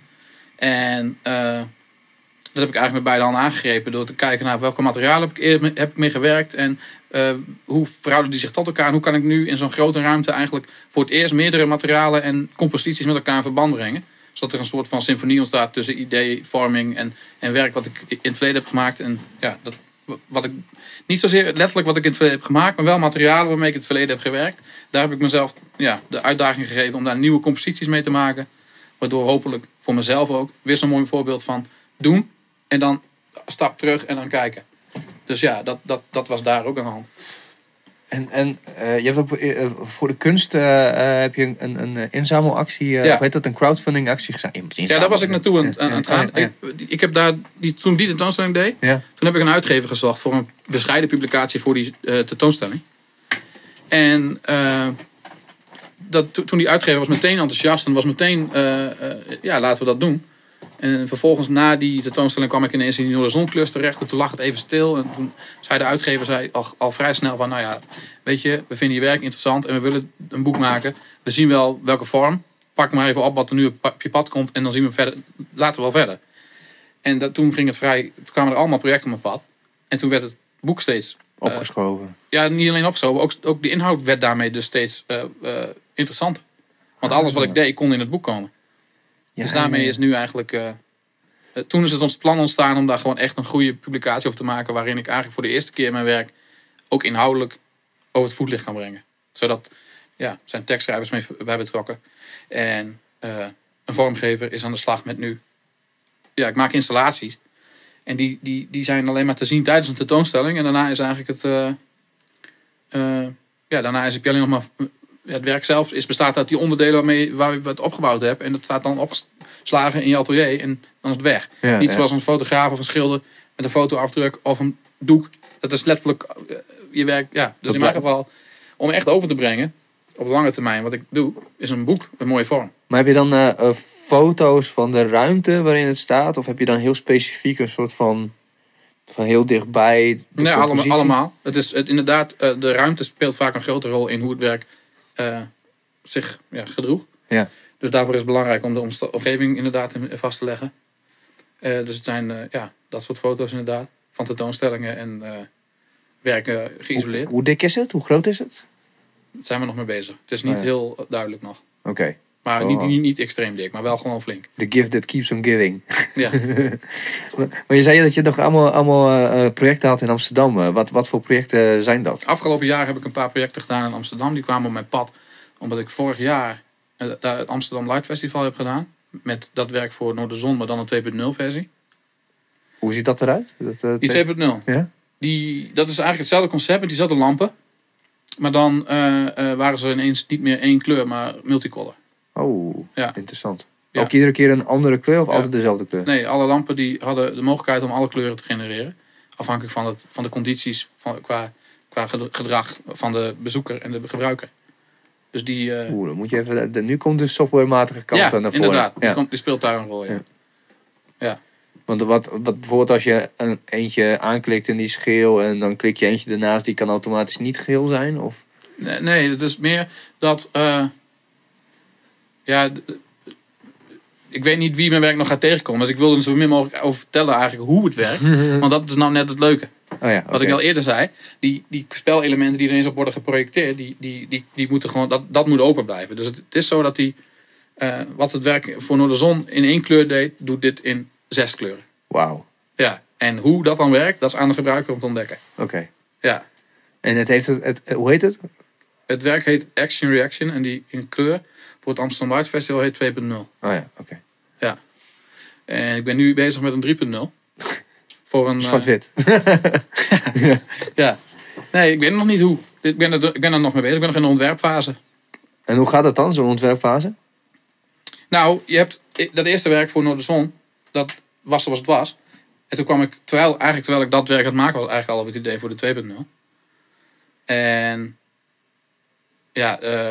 En uh, dat heb ik eigenlijk met beide handen aangegrepen door te kijken naar welke materialen heb ik, eerder mee- heb ik mee gewerkt en uh, hoe verhouden die zich tot elkaar en hoe kan ik nu in zo'n grote ruimte eigenlijk voor het eerst meerdere materialen en composities met elkaar in verband brengen. Zodat er een soort van symfonie ontstaat tussen idee, vorming en, en werk wat ik in het verleden heb gemaakt. En ja, dat, wat ik, niet zozeer letterlijk wat ik in het verleden heb gemaakt, maar wel materialen waarmee ik in het verleden heb gewerkt. Daar heb ik mezelf ja, de uitdaging gegeven om daar nieuwe composities mee te maken. Waardoor hopelijk voor mezelf ook weer zo'n mooi voorbeeld van doen en dan stap terug en dan kijken. Dus ja, dat, dat, dat was daar ook aan de hand. En, en uh, je hebt ook uh, voor de kunst uh, uh, heb je een, een, een inzamelactie, uh, Ja. of heet dat, een crowdfunding actie gezet? Ja, daar was ik naartoe aan, aan, aan het gaan. Ja, ja. Ik, ik heb daar, die, toen die tentoonstelling deed, Ja. toen heb ik een uitgever gezocht voor een bescheiden publicatie voor die uh, tentoonstelling. En uh, dat, to- toen die uitgever was meteen enthousiast en was meteen, uh, uh, ja, laten we dat doen. En vervolgens na die tentoonstelling kwam ik ineens in die Noorderzon-klus terecht. En toen lag het even stil. En toen zei de uitgever zei al, al vrij snel van... Nou ja, weet je, we vinden je werk interessant en we willen een boek maken. We zien wel welke vorm. Pak maar even op wat er nu op op je pad komt. En dan zien we verder. Laten we wel verder. En dat, toen ging het vrij... Toen kwamen er allemaal projecten op mijn pad. En toen werd het boek steeds... uh, Opgeschoven. ja, niet alleen opgeschoven. Ook, ook de inhoud werd daarmee dus steeds uh, uh, interessanter. Want alles wat ik deed kon in het boek komen. Ja, Dus daarmee ja, ja. is nu eigenlijk... Uh, uh, toen is het ons plan ontstaan om daar gewoon echt een goede publicatie over te maken. Waarin ik eigenlijk voor de eerste keer mijn werk ook inhoudelijk over het voetlicht kan brengen. Zodat ja, zijn tekstschrijvers mee bij betrokken. En uh, een vormgever is aan de slag met nu... Ja, ik maak installaties. En die, die, die zijn alleen maar te zien tijdens een tentoonstelling. En daarna is eigenlijk het... Uh, uh, ja, daarna is, heb je alleen nog maar... Ja, het werk zelf is, bestaat uit die onderdelen waarmee waar we het opgebouwd hebben. En dat staat dan opgeslagen in je atelier en dan is het weg. Ja, Niet ja. zoals een fotograaf of een schilder met een fotoafdruk of een doek. Dat is letterlijk uh, je werk. Ja. Dus Dat in mijn blijft. geval, om echt over te brengen, op lange termijn, wat ik doe, is een boek met mooie vorm. Maar heb je dan uh, uh, foto's van de ruimte waarin het staat? Of heb je dan heel specifiek een soort van, van heel dichtbij de Nee, allemaal, compositie? allemaal. Het is het, inderdaad, uh, de ruimte speelt vaak een grote rol in hoe het werk uh, zich ja, gedroeg. Ja. Dus daarvoor is het belangrijk om de omsta- omgeving inderdaad in- vast te leggen. Uh, dus het zijn uh, ja, dat soort foto's inderdaad. Van tentoonstellingen en uh, werken geïsoleerd. Hoe, hoe dik is het? Hoe groot is het? Daar zijn we nog mee bezig. Het is niet Oh ja. heel duidelijk nog. Oké. Okay. Maar Oh. niet, niet, niet extreem dik, maar wel gewoon flink. The gift that keeps on giving. Ja. Maar je zei dat je nog allemaal, allemaal uh, projecten had in Amsterdam. Uh, wat, wat voor projecten zijn dat? Afgelopen jaar heb ik een paar projecten gedaan in Amsterdam. Die kwamen op mijn pad. Omdat ik vorig jaar uh, daar het Amsterdam Light Festival heb gedaan. Met dat werk voor Noorderzon, maar dan een twee punt nul versie. Hoe ziet dat eruit? Dat, uh, Die twee punt nul. Ja? Die, dat is eigenlijk hetzelfde concept met diezelfde lampen. Maar dan uh, uh, waren ze ineens niet meer één kleur, maar multicolor. Oh, Ja. interessant. Ja. Ook iedere keer een andere kleur of Ja. altijd dezelfde kleur? Nee, alle lampen die hadden de mogelijkheid om alle kleuren te genereren. Afhankelijk van, het, van de condities van, qua, qua gedrag van de bezoeker en de gebruiker. Dus die... Uh, Oeh, dan moet je even... De, nu komt de softwarematige kant ja, naar voren. inderdaad. Die, Ja. komt, die speelt daar een rol in. Ja. Ja. Want wat, wat bijvoorbeeld als je een eentje aanklikt en die is geel en dan klik je eentje ernaast, die kan automatisch niet geel zijn? Of? Nee, nee, het is meer dat... Uh, ja, d- ik weet niet wie mijn werk nog gaat tegenkomen. Dus ik wilde er zo min mogelijk over vertellen eigenlijk hoe het werkt. Want dat is nou net het leuke. Oh ja, Wat oké. ik al eerder zei. Die, die spelelementen die er eens op worden geprojecteerd. Die, die, die, die moeten gewoon, dat, dat moet open blijven. Dus het, het is zo dat die... Uh, wat het werk voor Noorderzon in één kleur deed, doet dit in zes kleuren. Wauw, Ja, en hoe dat dan werkt, dat is aan de gebruiker om te ontdekken. oké. Ja, En het heeft het, het, hoe heet het? het werk heet Action Reaction en die in kleur voor het Amsterdam Light Festival heet twee punt nul. Oh ja, oké. Ja. En ik ben nu bezig met een drie punt nul. Voor een... Zwart-wit. Uh, ja. Nee, ik weet nog niet hoe. Ik ben, er, ik ben er nog mee bezig. Ik ben nog in de ontwerpfase. En hoe gaat dat dan, zo'n ontwerpfase? Nou, je hebt dat eerste werk voor Noorderzon. Dat was zoals het was. En toen kwam ik, terwijl, eigenlijk terwijl ik dat werk aan het maken was, eigenlijk al op het idee voor de twee punt nul. En ja, uh,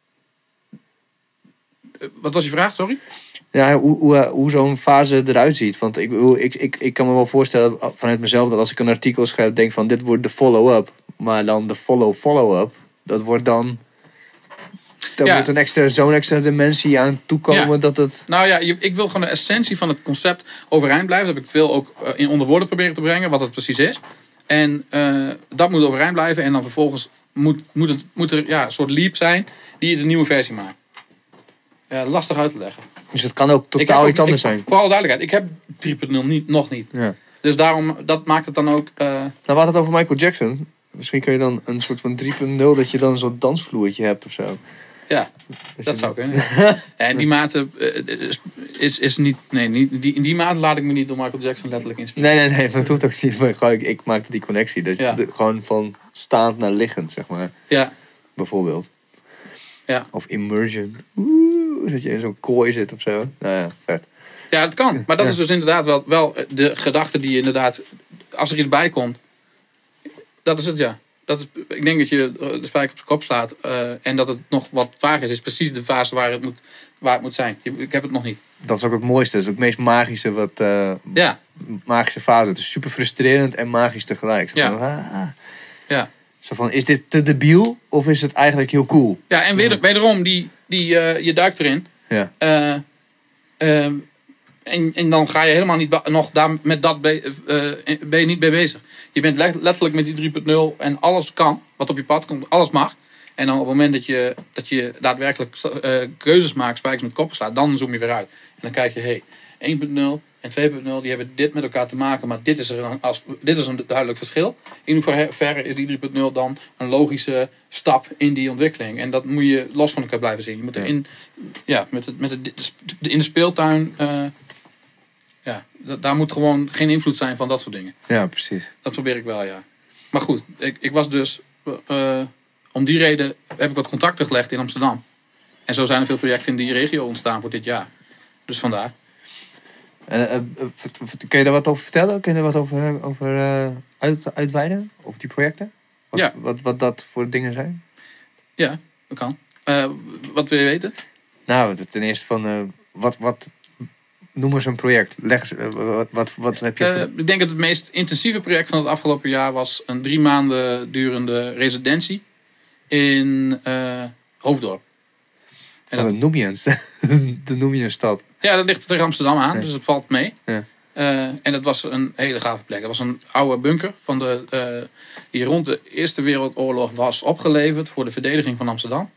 wat was je vraag, sorry? Ja, hoe, hoe, hoe zo'n fase eruit ziet. Want ik, ik, ik, ik kan me wel voorstellen vanuit mezelf dat als ik een artikel schrijf, denk van dit wordt de follow-up. Maar dan de follow-follow-up, dat wordt dan... Daar Ja. moet een extra, zo'n extra dimensie aan toekomen Ja. dat het... Nou ja, je, ik wil gewoon de essentie van het concept overeind blijven. Dat heb ik veel ook uh, in onder woorden proberen te brengen, wat het precies is. En uh, dat moet overeind blijven. En dan vervolgens moet, moet, het, moet er ja, een soort leap zijn die de nieuwe versie maakt. Ja, lastig uit te leggen. Dus het kan ook Ik heb totaal ook- iets anders ik- zijn. Voor alle duidelijkheid, ik heb drie punt nul niet, nog niet. Ja. Dus daarom, dat maakt het dan ook... Uh, Nou, we hadden het over Michael Jackson. Misschien kun je dan een soort van drie punt nul dat je dan zo'n dansvloertje hebt of zo. ja, Dat dat je- zou kunnen. Ja. En die mate uh, is, is niet... Nee, niet, die, in die mate laat ik me niet door Michael Jackson letterlijk inspireren. Nee, nee, nee, dat hoeft ook niet. Maar gewoon, ik, ik maakte die connectie. Dus Ja. de- gewoon van staand naar liggend, zeg maar. Ja, Bijvoorbeeld. Ja. Of immersion. Oeh, dat je in zo'n kooi zit of zo. Nou ja, vet. ja, dat kan. Maar dat Ja. is dus inderdaad wel, wel de gedachte die je inderdaad... Als er iets bij komt, dat is het, ja. Dat is, ik denk dat je de spijker op zijn kop slaat. Uh, en dat het nog wat vaag is. is precies de fase waar het moet, waar het moet zijn. Ik heb het nog niet. Dat is ook het mooiste. Dat is ook het meest magische wat... uh, Ja, magische fase. Het is super frustrerend en magisch tegelijk. Zo Ja. van, ah. ja. Zo van, is dit te debiel of is het eigenlijk heel cool? Ja, en weder, wederom, die, die, uh, je duikt erin. Ja. Uh, uh, en, en dan ga je helemaal niet ba- nog daar met dat be- uh, ben je niet mee bezig. Je bent le- letterlijk met die drie punt nul en alles kan, wat op je pad komt, alles mag. En dan op het moment dat je, dat je daadwerkelijk uh, keuzes maakt, spijkers met koppen slaat, dan zoom je weer uit. En dan kijk je, hé, hey, één punt nul, en twee punt nul die hebben dit met elkaar te maken, maar dit is, er een, als, dit is een duidelijk verschil. In hoeverre is die drie punt nul dan een logische stap in die ontwikkeling? En dat moet je los van elkaar blijven zien. Je moet er in, ja, met het, met het, in de speeltuin, uh, ja, daar moet gewoon geen invloed zijn van dat soort dingen. Ja, precies. Dat probeer ik wel, ja. Maar goed, ik, ik was dus, uh, om die reden heb ik wat contacten gelegd in Amsterdam. En zo zijn er veel projecten in die regio ontstaan voor dit jaar. Dus vandaar. Uh, uh, kun je daar wat over vertellen? Kun je er wat over, over uh, uit, uitweiden? Over die projecten? Wat, ja. Wat, wat dat voor dingen zijn? Ja, dat kan. Uh, wat wil je weten? Nou, ten eerste van... Uh, wat, wat, noem eens een project. Leg eens, uh, wat, wat, wat heb je... Uh, ik denk dat het meest intensieve project van het afgelopen jaar was een drie maanden durende residentie in uh, Hoofddorp. En dat, oh, dat noem je een, dat noem je een stad. Ja, dat ligt tegen Amsterdam aan, ja. Dus het valt mee. Ja. Uh, en dat was een hele gave plek. Dat was een oude bunker van de, uh, die rond de Eerste Wereldoorlog was opgeleverd voor de verdediging van Amsterdam.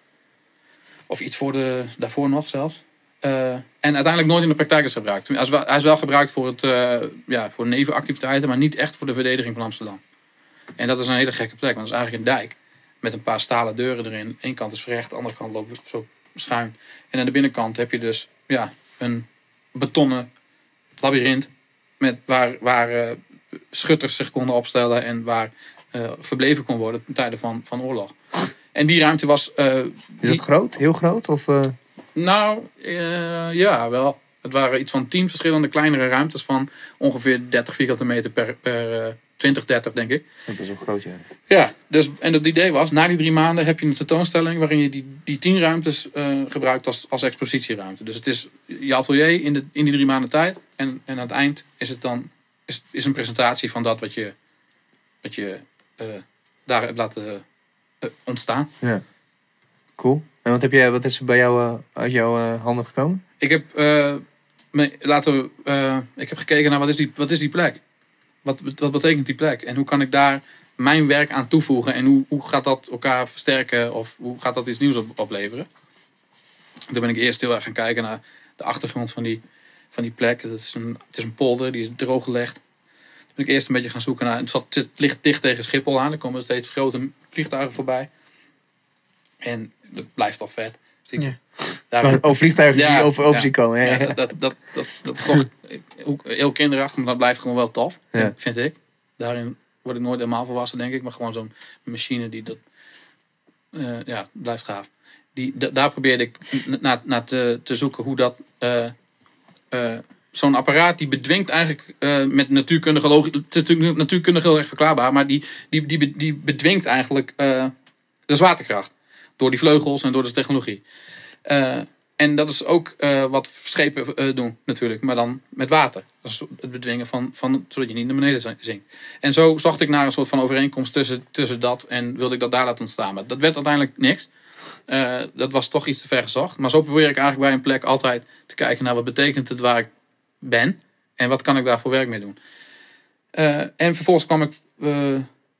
Of iets voor de, daarvoor nog zelfs. Uh, en uiteindelijk nooit in de praktijk is gebruikt. Hij is wel, hij is wel gebruikt voor, het, uh, ja, voor nevenactiviteiten, maar niet echt voor de verdediging van Amsterdam. En dat is een hele gekke plek, want het is eigenlijk een dijk. Met een paar stalen deuren erin. Eén kant is verrecht, de andere kant loopt zo schuin. En aan de binnenkant heb je dus ja, een betonnen labyrint. Met waar, waar uh, schutters zich konden opstellen. En waar uh, verbleven kon worden in tijden van, van oorlog. En die ruimte was... Uh, is dat die... groot? Heel groot? Of, uh... Nou, uh, ja, wel. Het waren iets van tien verschillende kleinere ruimtes van ongeveer dertig vierkante meter per... per uh, twintig, dertig denk ik. Dat is zo groot, ja. Ja, dus, en het idee was, na die drie maanden heb je een tentoonstelling waarin je die, die tien ruimtes uh, gebruikt als, als expositieruimte. Dus het is je atelier in, de, in die drie maanden tijd. En, en aan het eind is het dan is, is een presentatie van dat wat je, wat je uh, daar hebt laten uh, ontstaan. Ja. Cool. En wat, heb jij, wat is er bij jou uh, uit jouw uh, handen gekomen? Ik heb, uh, me, laten, uh, ik heb gekeken naar wat is die, wat is die plek? Wat, wat betekent die plek? En hoe kan ik daar mijn werk aan toevoegen? En hoe, hoe gaat dat elkaar versterken? Of hoe gaat dat iets nieuws op, opleveren? Toen ben ik eerst heel erg gaan kijken naar de achtergrond van die, van die plek. Het is, een, het is een polder, die is drooggelegd. Toen ben ik eerst een beetje gaan zoeken naar... Het, zat, het ligt dicht tegen Schiphol aan. Er komen steeds grote vliegtuigen voorbij. En dat blijft toch vet. Dus ik, ja. Daar, oh, vliegtuigen ja, zie je over, over ja, zien komen. Ja, dat, dat, dat, dat, dat is toch heel kinderachtig, maar dat blijft gewoon wel tof, ja. vind ik. Daarin word ik nooit helemaal volwassen, denk ik. Maar gewoon zo'n machine die dat... Uh, ja, blijft gaaf. Die, d- daar probeerde ik naar, naar te, te zoeken hoe dat... Uh, uh, zo'n apparaat die bedwingt eigenlijk uh, met natuurkundige logica... Het is natuurlijk natuurkundig heel erg verklaarbaar, maar die, die, die, die bedwingt eigenlijk uh, de zwaartekracht. Door die vleugels en door de technologie. Uh, en dat is ook uh, wat schepen uh, doen natuurlijk, maar dan met water. Dat is het bedwingen van, van, zodat je niet naar beneden zinkt. En zo zocht ik naar een soort van overeenkomst tussen, tussen dat en wilde ik dat daar laten ontstaan. Maar dat werd uiteindelijk niks. Uh, dat was toch iets te ver gezocht. Maar zo probeer ik eigenlijk bij een plek altijd te kijken naar wat betekent het waar ik ben. En wat kan ik daar voor werk mee doen. Uh, en vervolgens kwam ik... Uh,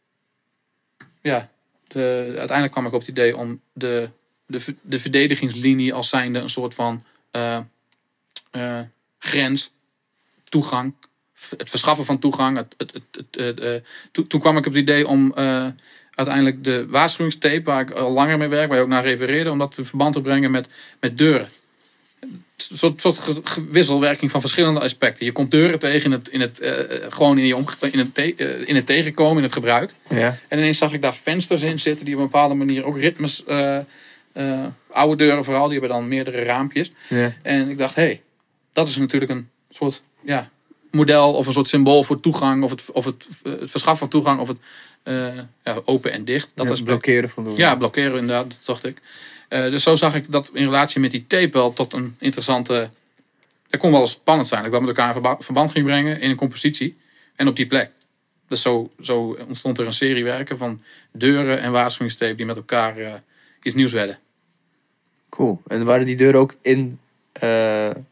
ja, de, uiteindelijk kwam ik op het idee om de... De, de verdedigingslinie als zijnde een soort van uh, uh, grens, toegang, het verschaffen van toegang. Het, het, het, het, uh, to, toen kwam ik op het idee om uh, uiteindelijk de waarschuwingstape, waar ik al langer mee werk, waar je ook naar refereerde, om dat in verband te brengen met, met deuren. Een soort, soort wisselwerking van verschillende aspecten. Je komt deuren tegen in het, in het, uh, gewoon in, je omge- in, het te- uh, in het tegenkomen, in het gebruik. Ja. En ineens zag ik daar vensters in zitten die op een bepaalde manier ook ritmes... Uh, Uh, oude deuren vooral, die hebben dan meerdere raampjes. Ja. En ik dacht, hé, hey, dat is natuurlijk een soort ja, model of een soort symbool voor toegang, of het, of het, het verschaffen van toegang, of het uh, ja, open en dicht. Dat ja, is blokkeren van de... Ja, blokkeren inderdaad, dat dacht ik. Uh, dus zo zag ik dat in relatie met die tape wel tot een interessante... Dat kon wel spannend zijn, dat ik dat met elkaar in verband ging brengen in een compositie en op die plek. Dus zo, zo ontstond er een serie werken van deuren en waarschuwingstape die met elkaar... Uh, iets nieuws werden. Cool. En waren die deuren ook in... Uh, uh,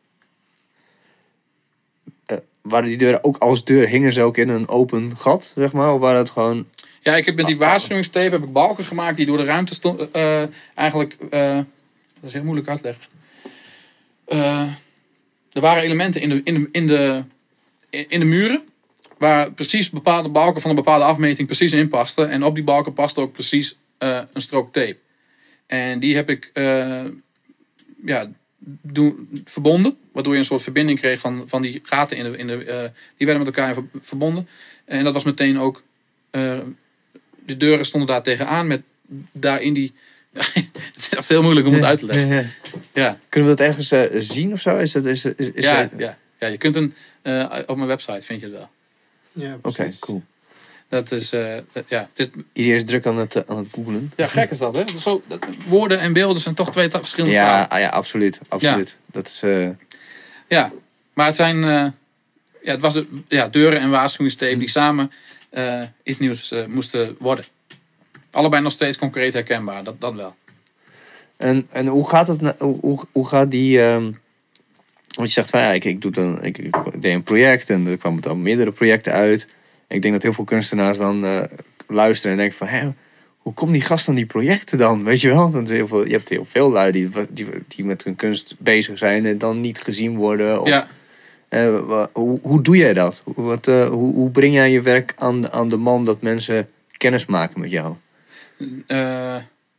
waren die deuren ook als deur, hingen ze ook in een open gat, zeg maar? Of waren het gewoon... Ja, ik heb met die waarschuwingstape heb ik balken gemaakt die door de ruimte stonden. Uh, eigenlijk... Uh, dat is heel moeilijk uit te leggen. Uh, er waren elementen in de, in de, in de, in de muren waar precies bepaalde balken van een bepaalde afmeting precies in pasten. En op die balken paste ook precies uh, een strook tape. En die heb ik uh, ja, doen, verbonden. Waardoor je een soort verbinding kreeg van, van die gaten in de... In de uh, die werden met elkaar verbonden. En dat was meteen ook... Uh, de deuren stonden daar tegenaan met daarin die... Het is echt heel moeilijk om het uit te leggen. Ja, ja. Ja. Kunnen we dat ergens uh, zien of zo? Is dat, is, is, is ja, er... ja, ja, je kunt een... Uh, op mijn website vind je het wel. Ja, Oké, okay, cool. Dat is... Uh, ja, dit... Iedereen is druk aan het, uh, aan het googlen. Ja, gek is dat, hè? Zo, dat, woorden en beelden zijn toch twee verschillende ja, talen. Ah, ja, absoluut. absoluut. Ja. Dat is... Uh... Ja, maar het zijn... Uh, ja, het was de ja, deuren en waarschuwingstape die samen uh, iets nieuws uh, moesten worden. Allebei nog steeds concreet herkenbaar, dat, dat wel. En, en hoe gaat het, hoe, hoe gaat die, um, want je zegt van ja, ik, ik, doe dan, ik, ik deed een project en er kwamen dan meerdere projecten uit. En ik denk dat heel veel kunstenaars dan uh, luisteren en denken van, hé, hoe komt die gast aan die projecten dan? Weet je wel, want heel veel, je hebt heel veel lui die, die, die met hun kunst bezig zijn en dan niet gezien worden. Of, ja. uh, hoe, hoe doe jij dat? Wat, uh, hoe, hoe breng jij je werk aan, aan de man dat mensen kennis maken met jou? Uh,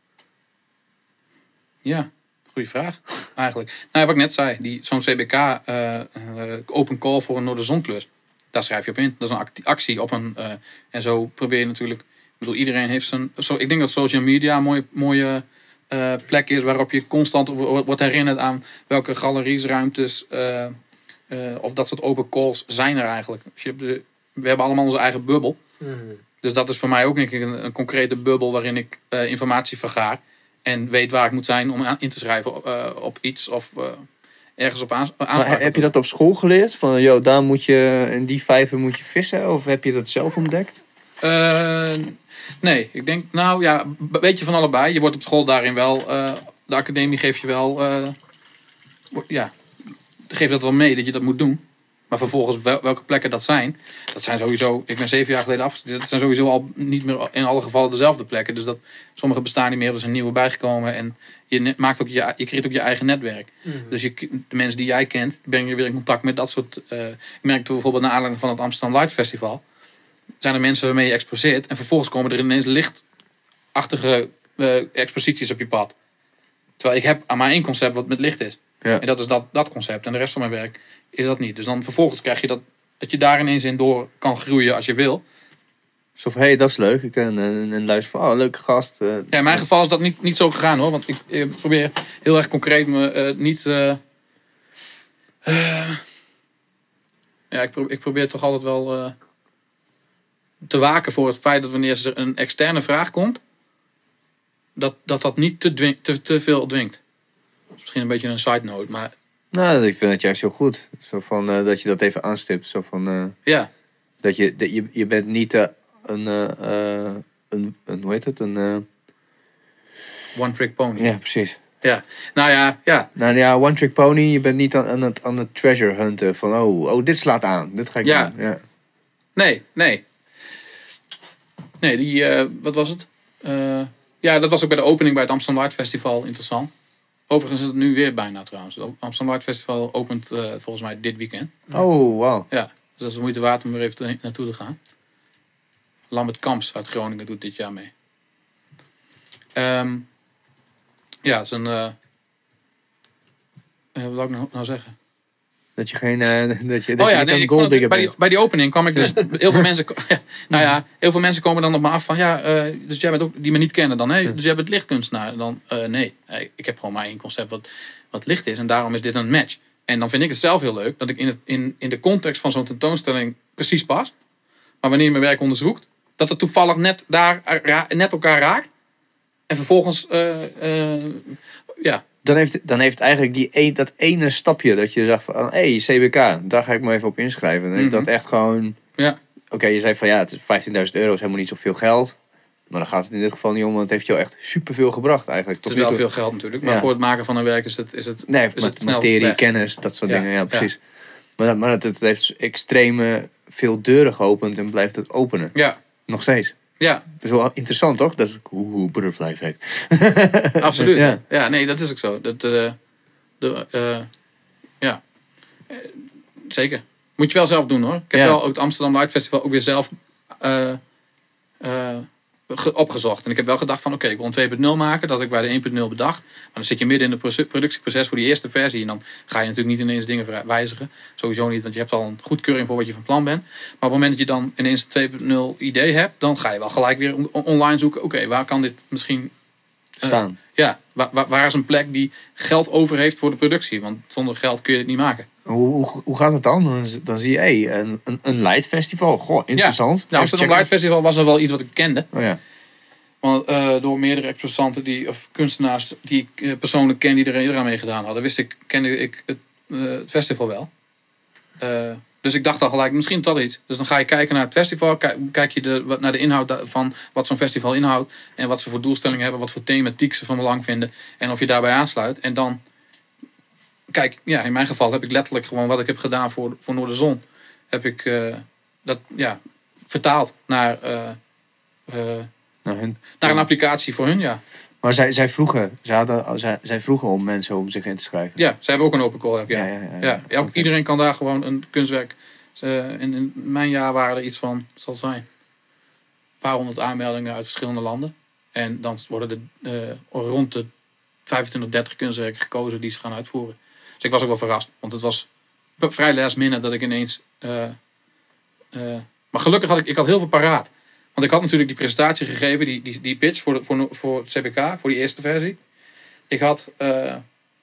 ja, goede vraag eigenlijk. Nou, wat ik net zei, die, zo'n C B K uh, uh, open call voor een Noorderzonklus. Daar schrijf je op in. Dat is een actie op een... Uh, en zo probeer je natuurlijk... Ik bedoel, iedereen heeft zijn... Zo, ik denk dat social media een mooie, mooie uh, plek is waarop je constant wordt herinnerd aan welke galeries, ruimtes uh, uh, of dat soort open calls zijn er eigenlijk. Dus je hebt de, we hebben allemaal onze eigen bubbel. Mm. Dus dat is voor mij ook denk ik een, een concrete bubbel waarin ik uh, informatie vergaar. En weet waar ik moet zijn om in te schrijven uh, op iets of uh, ergens op aanspraak. Maar heb je dat op school geleerd? Van, joh, daar moet je, in die vijver moet je vissen? Of heb je dat zelf ontdekt? Uh, nee, ik denk, nou ja, een beetje van allebei. Je wordt op school daarin wel, uh, de academie geeft je wel, uh, ja, geeft dat wel mee dat je dat moet doen. Maar vervolgens wel, welke plekken dat zijn, dat zijn sowieso, ik ben zeven jaar geleden afgestudeerd, dat zijn sowieso al niet meer in alle gevallen dezelfde plekken. Dus dat, sommige bestaan niet meer, er zijn nieuwe bijgekomen en je, maakt ook je, je creëert ook je eigen netwerk. Mm-hmm. Dus je, de mensen die jij kent, breng je weer in contact met dat soort, uh, ik merkte bijvoorbeeld naar aanleiding van het Amsterdam Light Festival, zijn er mensen waarmee je exposeert en vervolgens komen er ineens lichtachtige uh, exposities op je pad. Terwijl ik heb aan maar één concept wat met licht is. Ja. En dat is dat, dat concept. En de rest van mijn werk is dat niet. Dus dan vervolgens krijg je dat, dat je daar ineens in door kan groeien als je wil. Zo van, hé, hey, dat is leuk. Ik ken een, een luister van, oh, leuke gast. Uh, ja, in mijn geval is dat niet, niet zo gegaan hoor. Want ik, ik probeer heel erg concreet me uh, niet... Uh, uh, ja, ik probeer, ik probeer toch altijd wel uh, te waken voor het feit dat wanneer er een externe vraag komt, dat dat, dat niet te, dwing, te, te veel dwingt. Dat is misschien een beetje een side note, maar... Nou, ik vind het juist heel goed. Zo van, uh, dat je dat even aanstipt. Zo van, uh, ja. Dat je, dat je, je bent niet uh, een, uh, een, een, hoe heet het? Een... Uh... One trick pony. Ja, precies. Ja, nou ja, ja. Nou ja, one trick pony. Je bent niet aan, aan, het, aan het treasure hunten. Van, oh, oh, dit slaat aan. Dit ga ik ja. doen. Ja. Nee, nee. Nee, die, uh, wat was het? Uh, ja, dat was ook bij de opening bij het Amsterdam Light Festival interessant. Overigens is het nu weer bijna trouwens. Het Amsterdam Light Festival opent uh, volgens mij dit weekend. Oh, wauw. Ja, dus dat is de moeite waard om er even te, naartoe te gaan. Lambert Kamps uit Groningen doet dit jaar mee. Um, ja, het is een... Uh, uh, wat wil ik nou, nou zeggen? Dat je geen... Uh, dat je, dat oh ja, je nee, ik vond het, bij, die, bij die opening kwam ik dus... heel veel mensen... nou ja, heel veel mensen komen dan op me af van... Ja, uh, dus jij bent ook... Die me niet kennen dan. Hè? Dus jij bent lichtkunstenaar. Dan, uh, nee, ik heb gewoon maar één concept wat, wat licht is. En daarom is dit een match. En dan vind ik het zelf heel leuk... dat ik in, het, in, in de context van zo'n tentoonstelling precies pas. Maar wanneer je mijn werk onderzoekt... dat het toevallig net, daar, ra, net elkaar raakt. En vervolgens... Uh, uh, ja... Dan heeft, dan heeft eigenlijk die een, dat ene stapje dat je zag van, hé, hey, C B K, daar ga ik me even op inschrijven. Dan heeft mm-hmm. dat echt gewoon... Ja. Oké, okay, je zei van ja, het is vijftienduizend euro is helemaal niet zoveel geld. Maar dan gaat het in dit geval niet om, want het heeft jou echt superveel gebracht eigenlijk. Het is wel veel geld natuurlijk, maar ja. voor het maken van een werk is het... Is het nee, is het materie, snel, kennis, dat soort ja. dingen, ja precies. Ja. Maar, maar het, het heeft extreme veel deuren geopend en blijft het openen. Ja. Nog steeds. Ja. Dat is wel interessant, toch? Dat is hoe butterfly effect. Absoluut. Ja. ja, nee, dat is ook zo. Dat, uh, de, uh, ja. Zeker. Moet je wel zelf doen hoor. Ik heb Ja. wel ook het Amsterdam Light Festival ook weer zelf uh, uh, ge- opgezocht. En ik heb wel gedacht van oké, okay, ik wil een twee punt nul maken. Dat had ik bij de één punt nul bedacht. Maar dan zit je midden in het productieproces voor die eerste versie. En dan ga je natuurlijk niet ineens dingen wijzigen. Sowieso niet, want je hebt al een goedkeuring voor wat je van plan bent. Maar op het moment dat je dan ineens een twee punt nul idee hebt. Dan ga je wel gelijk weer on- online zoeken. Oké, okay, waar kan dit misschien... Uh, Staan. Ja, waar, waar, waar is een plek die geld over heeft voor de productie? Want zonder geld kun je het niet maken. Hoe, hoe, hoe gaat het dan? Dan, dan zie je hey, een, een, een light festival. Goh, interessant. Ja, nou, Amsterdam Light Festival was er wel iets wat ik kende. Oh, ja. Want, uh, door meerdere exposanten die, of kunstenaars die ik uh, persoonlijk ken die er eerder aan meegedaan hadden, wist ik, kende ik het, uh, het festival wel. Uh, dus ik dacht al gelijk, misschien is dat iets. Dus dan ga je kijken naar het festival, kijk, kijk je de, naar de inhoud van wat zo'n festival inhoudt en wat ze voor doelstellingen hebben, wat voor thematiek ze van belang vinden en of je daarbij aansluit. En dan, kijk, ja, in mijn geval heb ik letterlijk gewoon wat ik heb gedaan voor, voor Noorderzon, heb ik uh, dat ja, vertaald naar, uh, uh, naar, hun. naar een applicatie voor hun, ja. Maar zij, zij, vroegen, zij, hadden, zij, zij vroegen om mensen om zich in te schrijven. Ja, zij hebben ook een open call app, ja. Ja, ja, ja, ja. ja. ja ook, iedereen kan daar gewoon een kunstwerk... Uh, in, in mijn jaar waren er iets van, wat zal het zijn, een paar honderd aanmeldingen uit verschillende landen. En dan worden er uh, rond de vijfentwintig, dertig kunstwerken gekozen die ze gaan uitvoeren. Dus ik was ook wel verrast, want het was vrij last minute dat ik ineens... Uh, uh, maar gelukkig had ik, ik had heel veel paraat. Want ik had natuurlijk die presentatie gegeven, die, die, die pitch voor, de, voor, voor het C B K, voor die eerste versie. Ik had uh,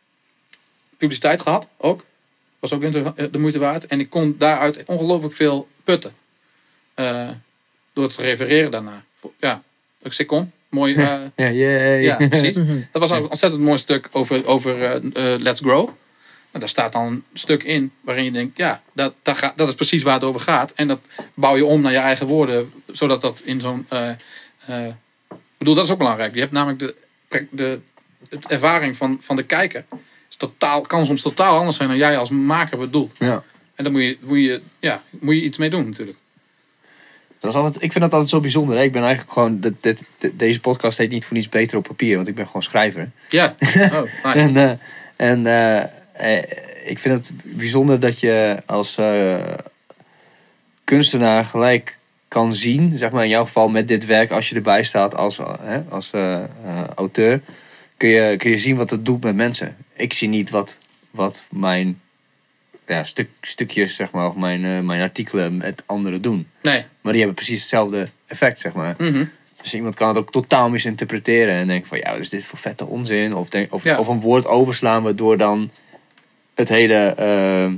publiciteit gehad, ook. Was ook de moeite waard. En ik kon daaruit ongelooflijk veel putten. Uh, door te refereren daarna. Ja, ik zei kom. Mooi. Uh, ja, yeah. ja, precies. Dat was een ontzettend mooi stuk over, over uh, uh, Let's Grow. En daar staat dan een stuk in waarin je denkt, ja, dat, dat, gaat, dat is precies waar het over gaat. En dat bouw je om naar je eigen woorden, zodat dat in zo'n... Uh, uh, ik bedoel, dat is ook belangrijk. Je hebt namelijk de, de, de ervaring van, van de kijker. Is totaal, kan soms totaal anders zijn dan jij als maker bedoelt. Ja. En daar moet je, moet, je, ja, moet je iets mee doen natuurlijk. Dat is altijd, ik vind dat altijd zo bijzonder. Hè? Ik ben eigenlijk gewoon... Dit, dit, dit, deze podcast heet niet voor niets beter op papier, want ik ben gewoon schrijver. Ja, oh, nice. en uh, en uh, Eh, ik vind het bijzonder dat je als uh, kunstenaar gelijk kan zien, zeg maar in jouw geval met dit werk, als je erbij staat als, uh, hè, als uh, uh, auteur, kun je, kun je zien wat het doet met mensen. Ik zie niet wat, wat mijn ja, stuk, stukjes, zeg maar, of mijn, uh, mijn artikelen met anderen doen. Nee. Maar die hebben precies hetzelfde effect, zeg maar. Mm-hmm. Dus iemand kan het ook totaal misinterpreteren en denken van, ja, wat is dit voor vette onzin? Of, denk, of, ja. of een woord overslaan waardoor dan het hele, uh,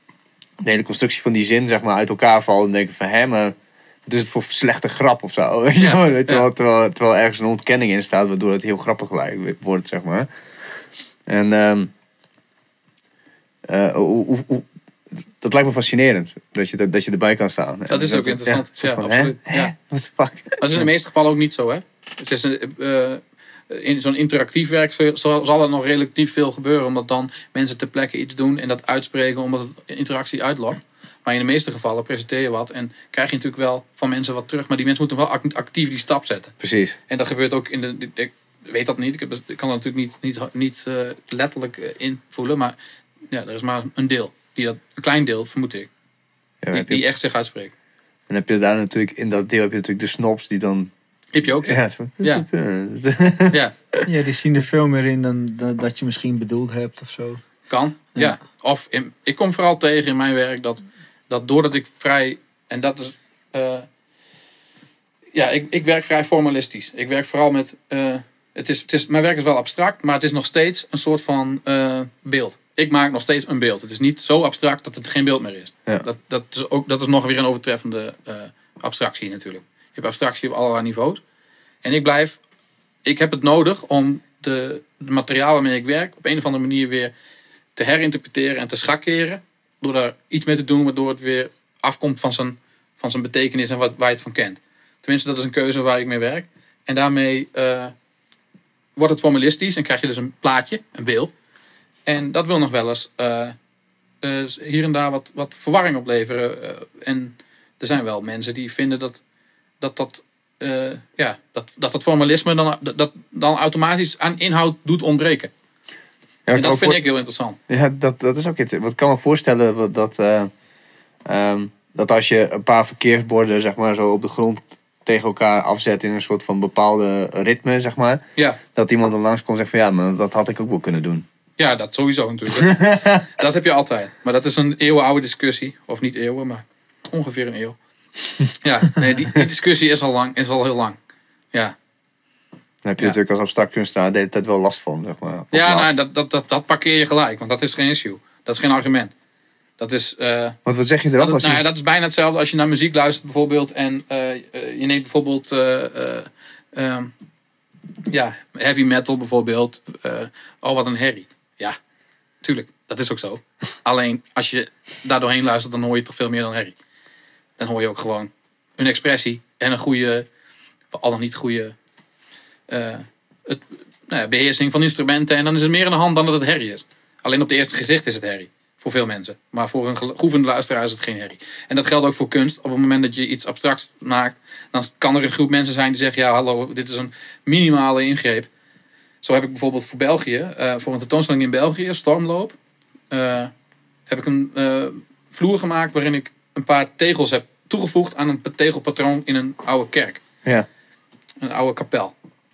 de hele constructie van die zin, zeg maar, uit elkaar valt en denken van, hé, maar wat is het voor slechte grap of zo? Ja, terwijl, ja. terwijl, terwijl, terwijl ergens een ontkenning in staat, waardoor het heel grappig wordt, zeg maar. En um, uh, hoe, hoe, hoe, dat lijkt me fascinerend, dat je, dat, dat je erbij kan staan. Dat is ook dat, interessant. Ja, ja, van, absoluut. Ja. What the fuck? Dat is in de meeste gevallen ook niet zo, hè? Het is een... Uh, in zo'n interactief werk zal er nog relatief veel gebeuren, omdat dan mensen ter plekke iets doen en dat uitspreken omdat het interactie uitlokt. Maar in de meeste gevallen presenteer je wat en krijg je natuurlijk wel van mensen wat terug, maar die mensen moeten wel actief die stap zetten. Precies. En dat gebeurt ook in de... Ik weet dat niet, ik, heb, ik kan dat natuurlijk niet, niet, niet uh, letterlijk invoelen, maar ja, er is maar een deel, die dat, een klein deel vermoed ik, ja, die, die echt zich uitspreekt. En heb je daar natuurlijk, in dat deel heb je natuurlijk de snobs die dan... Heb je ook? Ja. Ja. ja. Ja, die zien er veel meer in dan, dan dat je misschien bedoeld hebt of zo. Kan, ja. ja. Of in, ik kom vooral tegen in mijn werk dat, dat doordat ik vrij... En dat is... Uh, ja, ik, ik werk vrij formalistisch. Ik werk vooral met... Uh, het is, het is, mijn werk is wel abstract, maar het is nog steeds een soort van uh, beeld. Ik maak nog steeds een beeld. Het is niet zo abstract dat het geen beeld meer is. Ja. Dat, dat, is ook, dat is nog weer een overtreffende uh, abstractie natuurlijk. Je hebt abstractie op allerlei niveaus. En ik blijf... Ik heb het nodig om de, de materiaal waarmee ik werk op een of andere manier weer te herinterpreteren en te schakeren. Door daar iets mee te doen waardoor het weer afkomt van zijn, van zijn betekenis en wat, waar je het van kent. Tenminste, dat is een keuze waar ik mee werk. En daarmee uh, wordt het formalistisch en krijg je dus een plaatje, een beeld. En dat wil nog wel eens uh, uh, hier en daar wat, wat verwarring opleveren. Uh, en er zijn wel mensen die vinden dat dat, dat, uh, ja, dat, dat, dat formalisme dan, dat, dan automatisch aan inhoud doet ontbreken. Ja, en dat vind voor... ik heel interessant. Ja, dat, dat is ook iets. Wat ik kan me voorstellen dat, uh, um, dat als je een paar verkeersborden zeg maar, zo op de grond tegen elkaar afzet in een soort van bepaalde ritme, zeg maar. Ja. Dat iemand er langs komt en zegt van ja, maar dat had ik ook wel kunnen doen. Ja, dat sowieso natuurlijk. Dat heb je altijd. Maar dat is een eeuwenoude discussie. Of niet eeuwen, maar ongeveer een eeuw. Ja, nee, die, die discussie is al, lang, is al heel lang. Ja. Dan heb je Ja. natuurlijk als abstract kunstenaar de hele tijd wel last van, zeg maar. Of Ja, last. nou, dat, dat, dat, dat parkeer je gelijk. Want dat is geen issue. Dat is geen argument. Dat is... Uh, Want wat zeg je erop? dat, Als nou, je... ja, dat is bijna hetzelfde als je naar muziek luistert bijvoorbeeld. En uh, uh, je neemt bijvoorbeeld... Uh, uh, um, ja, heavy metal bijvoorbeeld. Uh, oh, wat een herrie. Ja, tuurlijk. Dat is ook zo. Alleen, als je daar doorheen luistert, dan hoor je toch veel meer dan herrie. Dan hoor je ook gewoon een expressie en een goede... al dan niet goede... Uh, het, nou ja, beheersing van instrumenten. En dan is het meer in de hand dan dat het herrie is. Alleen op het eerste gezicht is het herrie. Voor veel mensen. Maar voor een geoefende luisteraar is het geen herrie. En dat geldt ook voor kunst. Op het moment dat je iets abstracts maakt, dan kan er een groep mensen zijn die zeggen, ja hallo, dit is een minimale ingreep. Zo heb ik bijvoorbeeld voor België, uh, voor een tentoonstelling in België, Stormloop, uh, heb ik een uh, vloer gemaakt waarin ik een paar tegels heb toegevoegd aan een tegelpatroon in een oude kerk. Ja. Een oude kapel.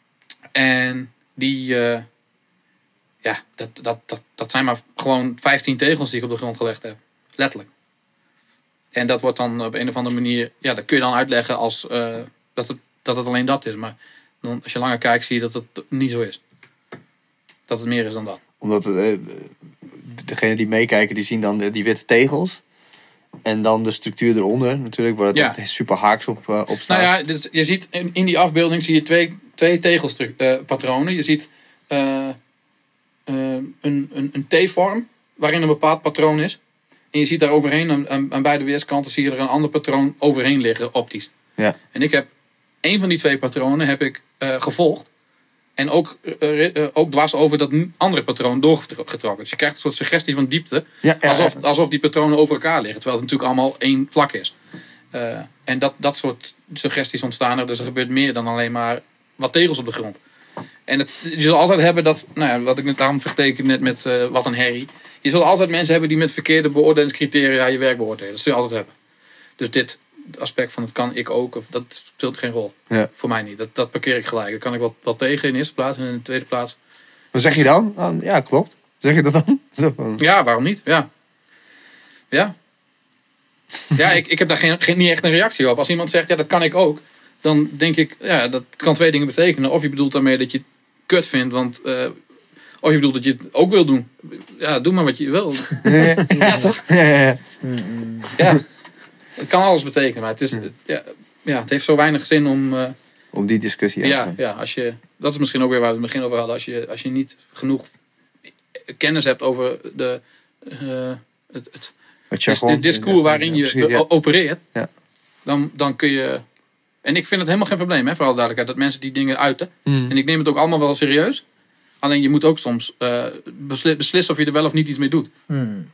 En die... Uh, Ja, dat, dat, dat, dat zijn maar gewoon vijftien tegels die ik op de grond gelegd heb. Letterlijk. En dat wordt dan op een of andere manier... Ja, dat kun je dan uitleggen als uh, dat, het, dat het alleen dat is. Maar dan, als je langer kijkt, zie je dat het niet zo is. Dat het meer is dan dat. Omdat het, uh, degenen die meekijken, die zien dan die witte tegels. En dan de structuur eronder natuurlijk, waar het Ja. super haaks op, uh, op staat. Nou ja, dus je ziet in, in die afbeelding zie je twee, twee tegelpatronen. Uh, je ziet... Uh, Uh, een, een, een T-vorm waarin een bepaald patroon is. En je ziet daar overheen, aan, aan, aan beide weerskanten, zie je er een ander patroon overheen liggen, optisch. Ja. En ik heb één van die twee patronen heb ik uh, gevolgd. En ook, uh, uh, ook dwars over dat andere patroon doorgetrokken. Dus je krijgt een soort suggestie van diepte. Ja, ja, alsof, ja. alsof die patronen over elkaar liggen. Terwijl het natuurlijk allemaal één vlak is. Uh, en dat, dat soort suggesties ontstaan er. Dus er gebeurt meer dan alleen maar wat tegels op de grond. En het, je zal altijd hebben dat, nou ja, wat ik net daarom verteken net met uh, wat een herrie. Je zult altijd mensen hebben die met verkeerde beoordelingscriteria je werk beoordelen. Dat zul je altijd hebben. Dus dit aspect van het kan ik ook, of, dat speelt geen rol. Ja. Voor mij niet. Dat, dat parkeer ik gelijk. Daar kan ik wat, wat tegen in de eerste plaats en in de tweede plaats. Wat zeg je dan? Oh, ja, klopt. Zeg je dat dan? Zo van... Ja, waarom niet? Ja. Ja. Ja, ik, ik heb daar geen, geen, niet echt een reactie op. Als iemand zegt, ja, dat kan ik ook. Dan denk ik, ja, dat kan twee dingen betekenen. Of je bedoelt daarmee dat je het kut vindt, want... Uh, of je bedoelt dat je het ook wil doen. Ja, doe maar wat je wil. Ja, toch? Ja. Het kan alles betekenen, maar het, is, ja, ja, het heeft zo weinig zin om... Uh, om die discussie ja, ja, als je, dat is misschien ook weer waar we het begin over hadden. Als je, als je niet genoeg kennis hebt over de, uh, het, het, het, het discours waarin je ja, ja. opereert, ja. dan, dan kun je... En ik vind het helemaal geen probleem, hè, voor alle duidelijkheid, dat mensen die dingen uiten. Mm. En ik neem het ook allemaal wel serieus. Alleen je moet ook soms uh, besli- beslissen of je er wel of niet iets mee doet. Mm.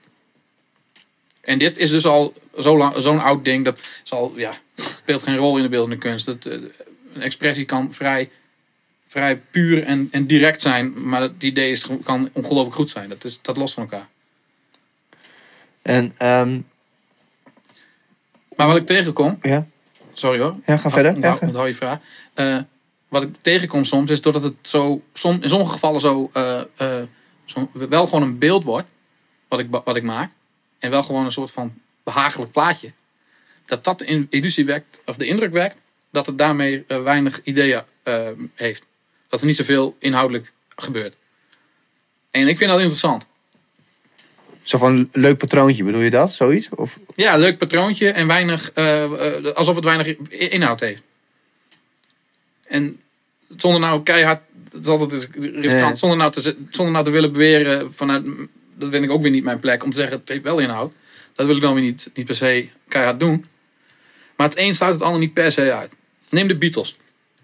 En dit is dus al zo lang, zo'n oud ding. Dat zal, ja, het speelt geen rol in de beeldende kunst. Het, uh, een expressie kan vrij, vrij puur en, en direct zijn. Maar het idee is, kan ongelooflijk goed zijn. Dat is dat los van elkaar. En, um... Maar wat ik tegenkom... Ja. Sorry hoor. Ja, ga verder. Onthoud, ja, onthoud je vraag. Uh, wat ik tegenkom soms is doordat het zo, som, in sommige gevallen zo, uh, uh, zo wel gewoon een beeld wordt. Wat ik, wat ik maak. En wel gewoon een soort van behagelijk plaatje. Dat dat de illusie wekt, of de indruk wekt, dat het daarmee uh, weinig ideeën uh, heeft. Dat er niet zoveel inhoudelijk gebeurt. En ik vind dat interessant. Zo van leuk patroontje, bedoel je dat? Zoiets? Of? Ja, leuk patroontje en weinig, uh, uh, alsof het weinig inhoud heeft. En zonder nou keihard, het is altijd riskant, nee. zonder, nou te, zonder nou te willen beweren vanuit, dat vind ik ook weer niet mijn plek, om te zeggen het heeft wel inhoud. Dat wil ik dan weer niet, niet per se keihard doen. Maar het een sluit het ander niet per se uit. Neem de Beatles.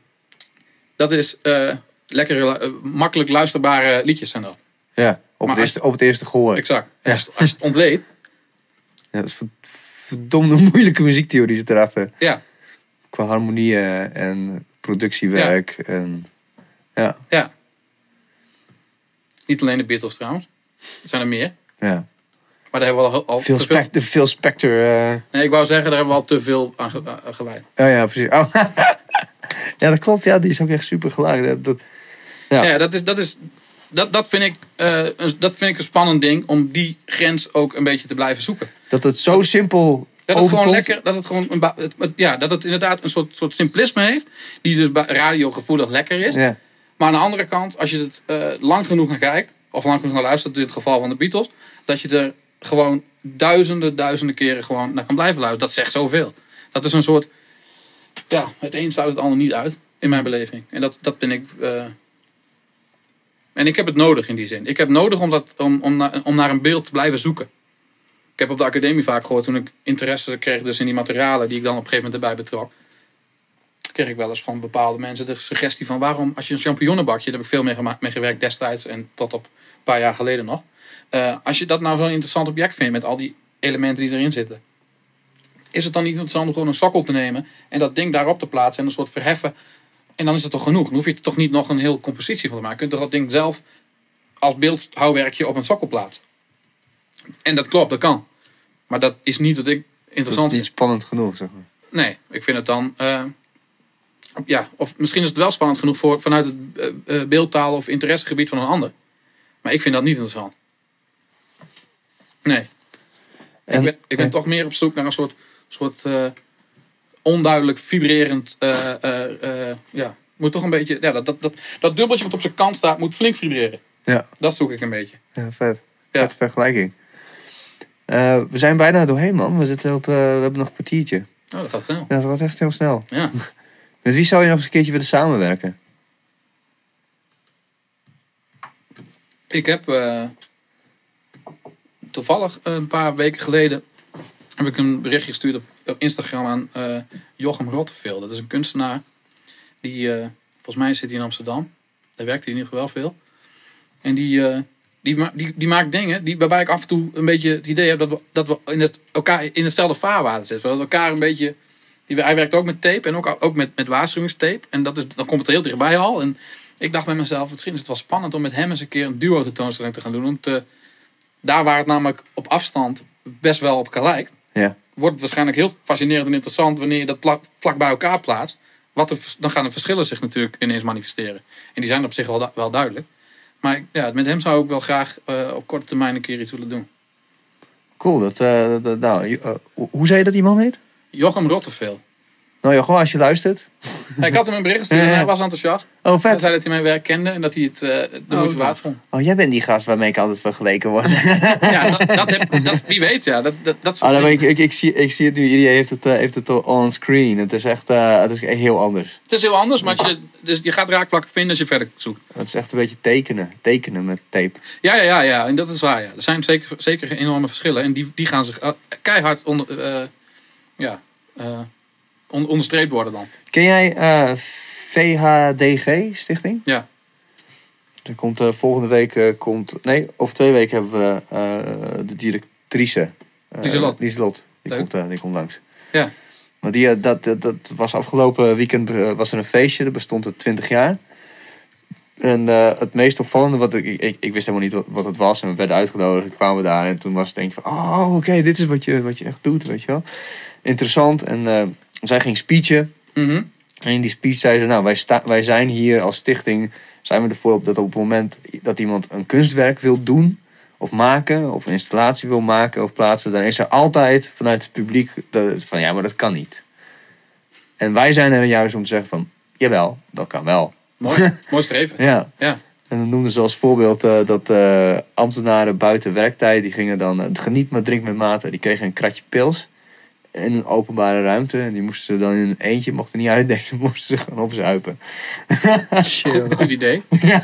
Dat is uh, lekker, uh, makkelijk luisterbare liedjes zijn dat. Ja, op, het eerste, op het eerste gehoor. Exact. Ja. Als, als je het ontleedt. Ja, dat is verdomde moeilijke muziektheorie zit erachter. Ja. Qua harmonieën en productiewerk. Ja. En, ja. ja. Niet alleen de Beatles trouwens. Er zijn er meer. Ja. Maar daar hebben we al, al Veel, te veel... spect- veel Spector. Uh... Nee, ik wou zeggen, daar hebben we al te veel aan ge- uh, gewijd. Oh ja, precies. Oh. Ja, dat klopt. Ja, die is ook echt super gelaagd. Dat, dat... Ja, ja dat, is, dat, is, dat, dat, vind ik, uh, een, dat vind ik een spannend ding om die grens ook een beetje te blijven zoeken. Dat het zo dat, simpel dat het overkomt. gewoon lekker, dat het gewoon een ba- het, het, ja, dat het inderdaad een soort, soort simplisme heeft, die dus ba- radiogevoelig lekker is. Ja. Maar aan de andere kant, als je het uh, lang genoeg naar kijkt, of lang genoeg naar luistert, in dit geval van de Beatles, dat je er gewoon duizenden, duizenden keren gewoon naar kan blijven luisteren. Dat zegt zoveel. Dat is een soort, ja, het een sluit het ander niet uit, in mijn beleving. En dat, dat ben ik... Uh, en ik heb het nodig in die zin. Ik heb nodig om, dat, om, om, na, om naar een beeld te blijven zoeken. Ik heb op de academie vaak gehoord, toen ik interesse kreeg dus in die materialen, die ik dan op een gegeven moment erbij betrok, kreeg ik wel eens van bepaalde mensen de suggestie van waarom, als je een champignonnenbakje, daar heb ik veel mee, gemaakt, mee gewerkt destijds en tot op een paar jaar geleden nog. Uh, als je dat nou zo'n interessant object vindt met al die elementen die erin zitten, is het dan niet interessant om gewoon een sokkel te nemen en dat ding daarop te plaatsen en een soort verheffen. En dan is het toch genoeg. Dan hoef je er toch niet nog een heel compositie van te maken. Je kunt toch dat ding zelf als beeldhouwwerkje op een sokkel plaatsen. En dat klopt, dat kan. Maar dat is niet wat ik interessant Dat is niet spannend genoeg, zeg maar. Nee, ik vind het dan... Uh, ja, of misschien is het wel spannend genoeg voor, vanuit het uh, uh, beeldtaal of interessegebied van een ander. Maar ik vind dat niet interessant. Nee. En, ik ben, ik ben en, toch meer op zoek naar een soort... soort uh, onduidelijk vibrerend... Uh, uh, uh, ja, moet toch een beetje... Ja, dat, dat, dat, dat dubbeltje wat op zijn kant staat moet flink vibreren. Ja. Dat zoek ik een beetje. Ja, vet. Ja. Vet vergelijking. Uh, we zijn bijna doorheen, man. We, zitten op, uh, we hebben nog een kwartiertje. Oh, dat gaat snel. Ja, dat gaat echt heel snel. Ja. Met wie zou je nog eens een keertje willen samenwerken? Ik heb... Uh, toevallig een paar weken geleden... heb ik een berichtje gestuurd op, op Instagram aan uh, Jochem Rotteveel. Dat is een kunstenaar. Die, uh, volgens mij zit hij in Amsterdam. Daar werkt hij in ieder geval wel veel. En die, uh, die, ma- die, die maakt dingen die, waarbij ik af en toe een beetje het idee heb... dat we, dat we in, het, elkaar in hetzelfde vaarwater zitten. Zodat we elkaar een beetje... Die, hij werkt ook met tape en ook, ook met, met waarschuwingstape. En dat is, dan komt het er heel dichtbij al. En ik dacht bij mezelf, misschien is het wel spannend om met hem eens een keer een duo tentoonstelling te gaan doen. Om te, daar waar het namelijk op afstand best wel op elkaar lijkt, ja. wordt het waarschijnlijk heel fascinerend en interessant wanneer je dat plak, vlak bij elkaar plaatst. Wat er, dan gaan de verschillen zich natuurlijk ineens manifesteren. En die zijn op zich wel, wel duidelijk. Maar ja, met hem zou ik wel graag uh, op korte termijn een keer iets willen doen. Cool. Dat, uh, dat, nou, uh, hoe zei je dat die man heet? Jochem Rotteveel. Nou ja, gewoon als je luistert. Ja, ik had hem een bericht gestuurd en hij was enthousiast. Oh, vet. Hij zei dat hij mijn werk kende en dat hij het uh, de oh, moeite waard vond. Oh, jij bent die gast waarmee ik altijd vergeleken word. Ja, dat, dat heb, dat, wie weet, ja. Dat, dat, dat oh, dan ik, ik, ik, zie, ik zie het nu, iedereen heeft het, uh, heeft het on screen. Het is echt uh, het is heel anders. Het is heel anders, maar als je, dus je gaat raakvlakken vinden als je verder zoekt. Het is echt een beetje tekenen. Tekenen met tape. Ja, ja, ja, ja. En dat is waar, ja. Er zijn zeker, zeker enorme verschillen. En die, die gaan zich uh, keihard onder, uh, ja, uh, on, onderstreept worden dan. Ken jij uh, V H D G Stichting? Ja. Er komt uh, volgende week, uh, komt, nee, over twee weken hebben we uh, de directrice. Uh, Lieselot. Lieselot. Die komt, uh, die komt langs. Ja. Maar die, uh, dat, dat, dat was afgelopen weekend uh, was er een feestje. Dat bestond er twintig jaar. En uh, het meest opvallende, wat ik, ik, ik wist helemaal niet wat, wat het was. En we werden uitgenodigd, en kwamen we daar. En toen was het denk ik van, oh oké, okay, dit is wat je, wat je echt doet, weet je wel. Interessant. En uh, zij ging speechen. Mm-hmm. En in die speech zei ze, nou, wij, sta, wij zijn hier als stichting, zijn we ervoor op dat op het moment dat iemand een kunstwerk wil doen, of maken, of een installatie wil maken, of plaatsen, dan is er altijd vanuit het publiek dat, van, ja, maar dat kan niet. En wij zijn er juist om te zeggen van, jawel, dat kan wel. Mooi, mooi streven. Ja. Ja. En dan noemden ze als voorbeeld uh, dat uh, ambtenaren buiten werktijd, die gingen dan, uh, geniet maar, drink met mate, die kregen een kratje pils in een openbare ruimte. En die moesten ze dan in een eentje, mochten niet uitdelen, moesten ze gewoon opzuipen. Goed, goed idee. Ja.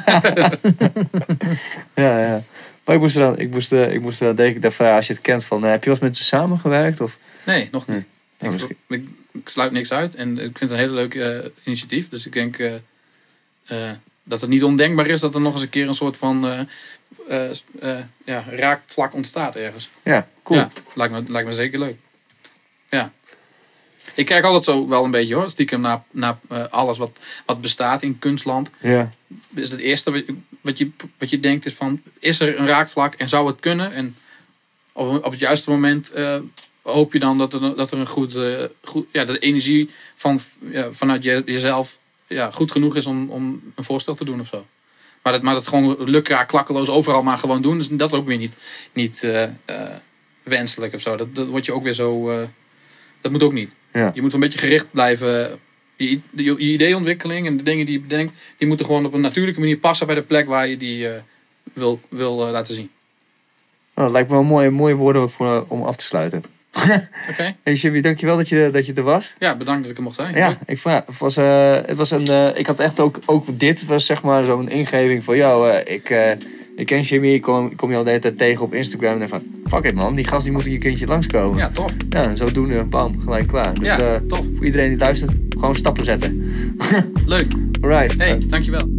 ja, ja. Maar ik moest eraan, ik moest, uh, ik moest eraan denken, ik dacht van, ja, als je het kent, van, uh, heb je wel eens met ze samengewerkt? Of? Nee, nog niet. Nee. Ik, ik, ik, ik sluit niks uit en ik vind het een hele leuk uh, initiatief. Dus ik denk uh, uh, dat het niet ondenkbaar is dat er nog eens een keer een soort van uh, uh, uh, ja, raakvlak ontstaat ergens. Ja, cool. Ja, lijkt me, lijkt me zeker leuk. Ja. Ik kijk altijd zo wel een beetje hoor, stiekem naar, naar uh, alles wat, wat bestaat in kunstland. Ja. Dus het eerste wat je, wat je denkt is van, is er een raakvlak en zou het kunnen? En op, op het juiste moment uh, hoop je dan dat er, dat er een goed, uh, goed ja, de energie van, ja, vanuit je, jezelf ja, goed genoeg is om, om een voorstel te doen of zo. Maar dat, maar dat gewoon lukraak, klakkeloos overal maar gewoon doen, dus dat ook weer niet, niet uh, uh, wenselijk of zo. Dat, dat wordt je ook weer zo, uh, dat moet ook niet. Ja. Je moet een beetje gericht blijven. Je, je, je ideeontwikkeling en de dingen die je bedenkt, die moeten gewoon op een natuurlijke manier passen bij de plek waar je die uh, wil, wil uh, laten zien. Nou, dat lijkt me wel mooie, mooie woorden voor, uh, om af te sluiten. Oké. Okay. Hey Jimmy, dankjewel dat je, dat je er was. Ja, bedankt dat ik er mocht zijn. Ja, ik, ja, het was, uh, het was een, uh, ik had echt ook, ook dit was zeg maar zo'n ingeving van, yo, uh, ik, uh, ik ken Jimmy, ik kom, ik kom je al de hele tijd tegen op Instagram en denk van, fuck it man, die gast die moet hier een keertje langskomen. Ja, tof. Ja, en zodoende, bam, gelijk klaar. Dus ja, uh, tof. Voor iedereen die luistert, gewoon stappen zetten. Leuk. Alright. Hey, dankjewel.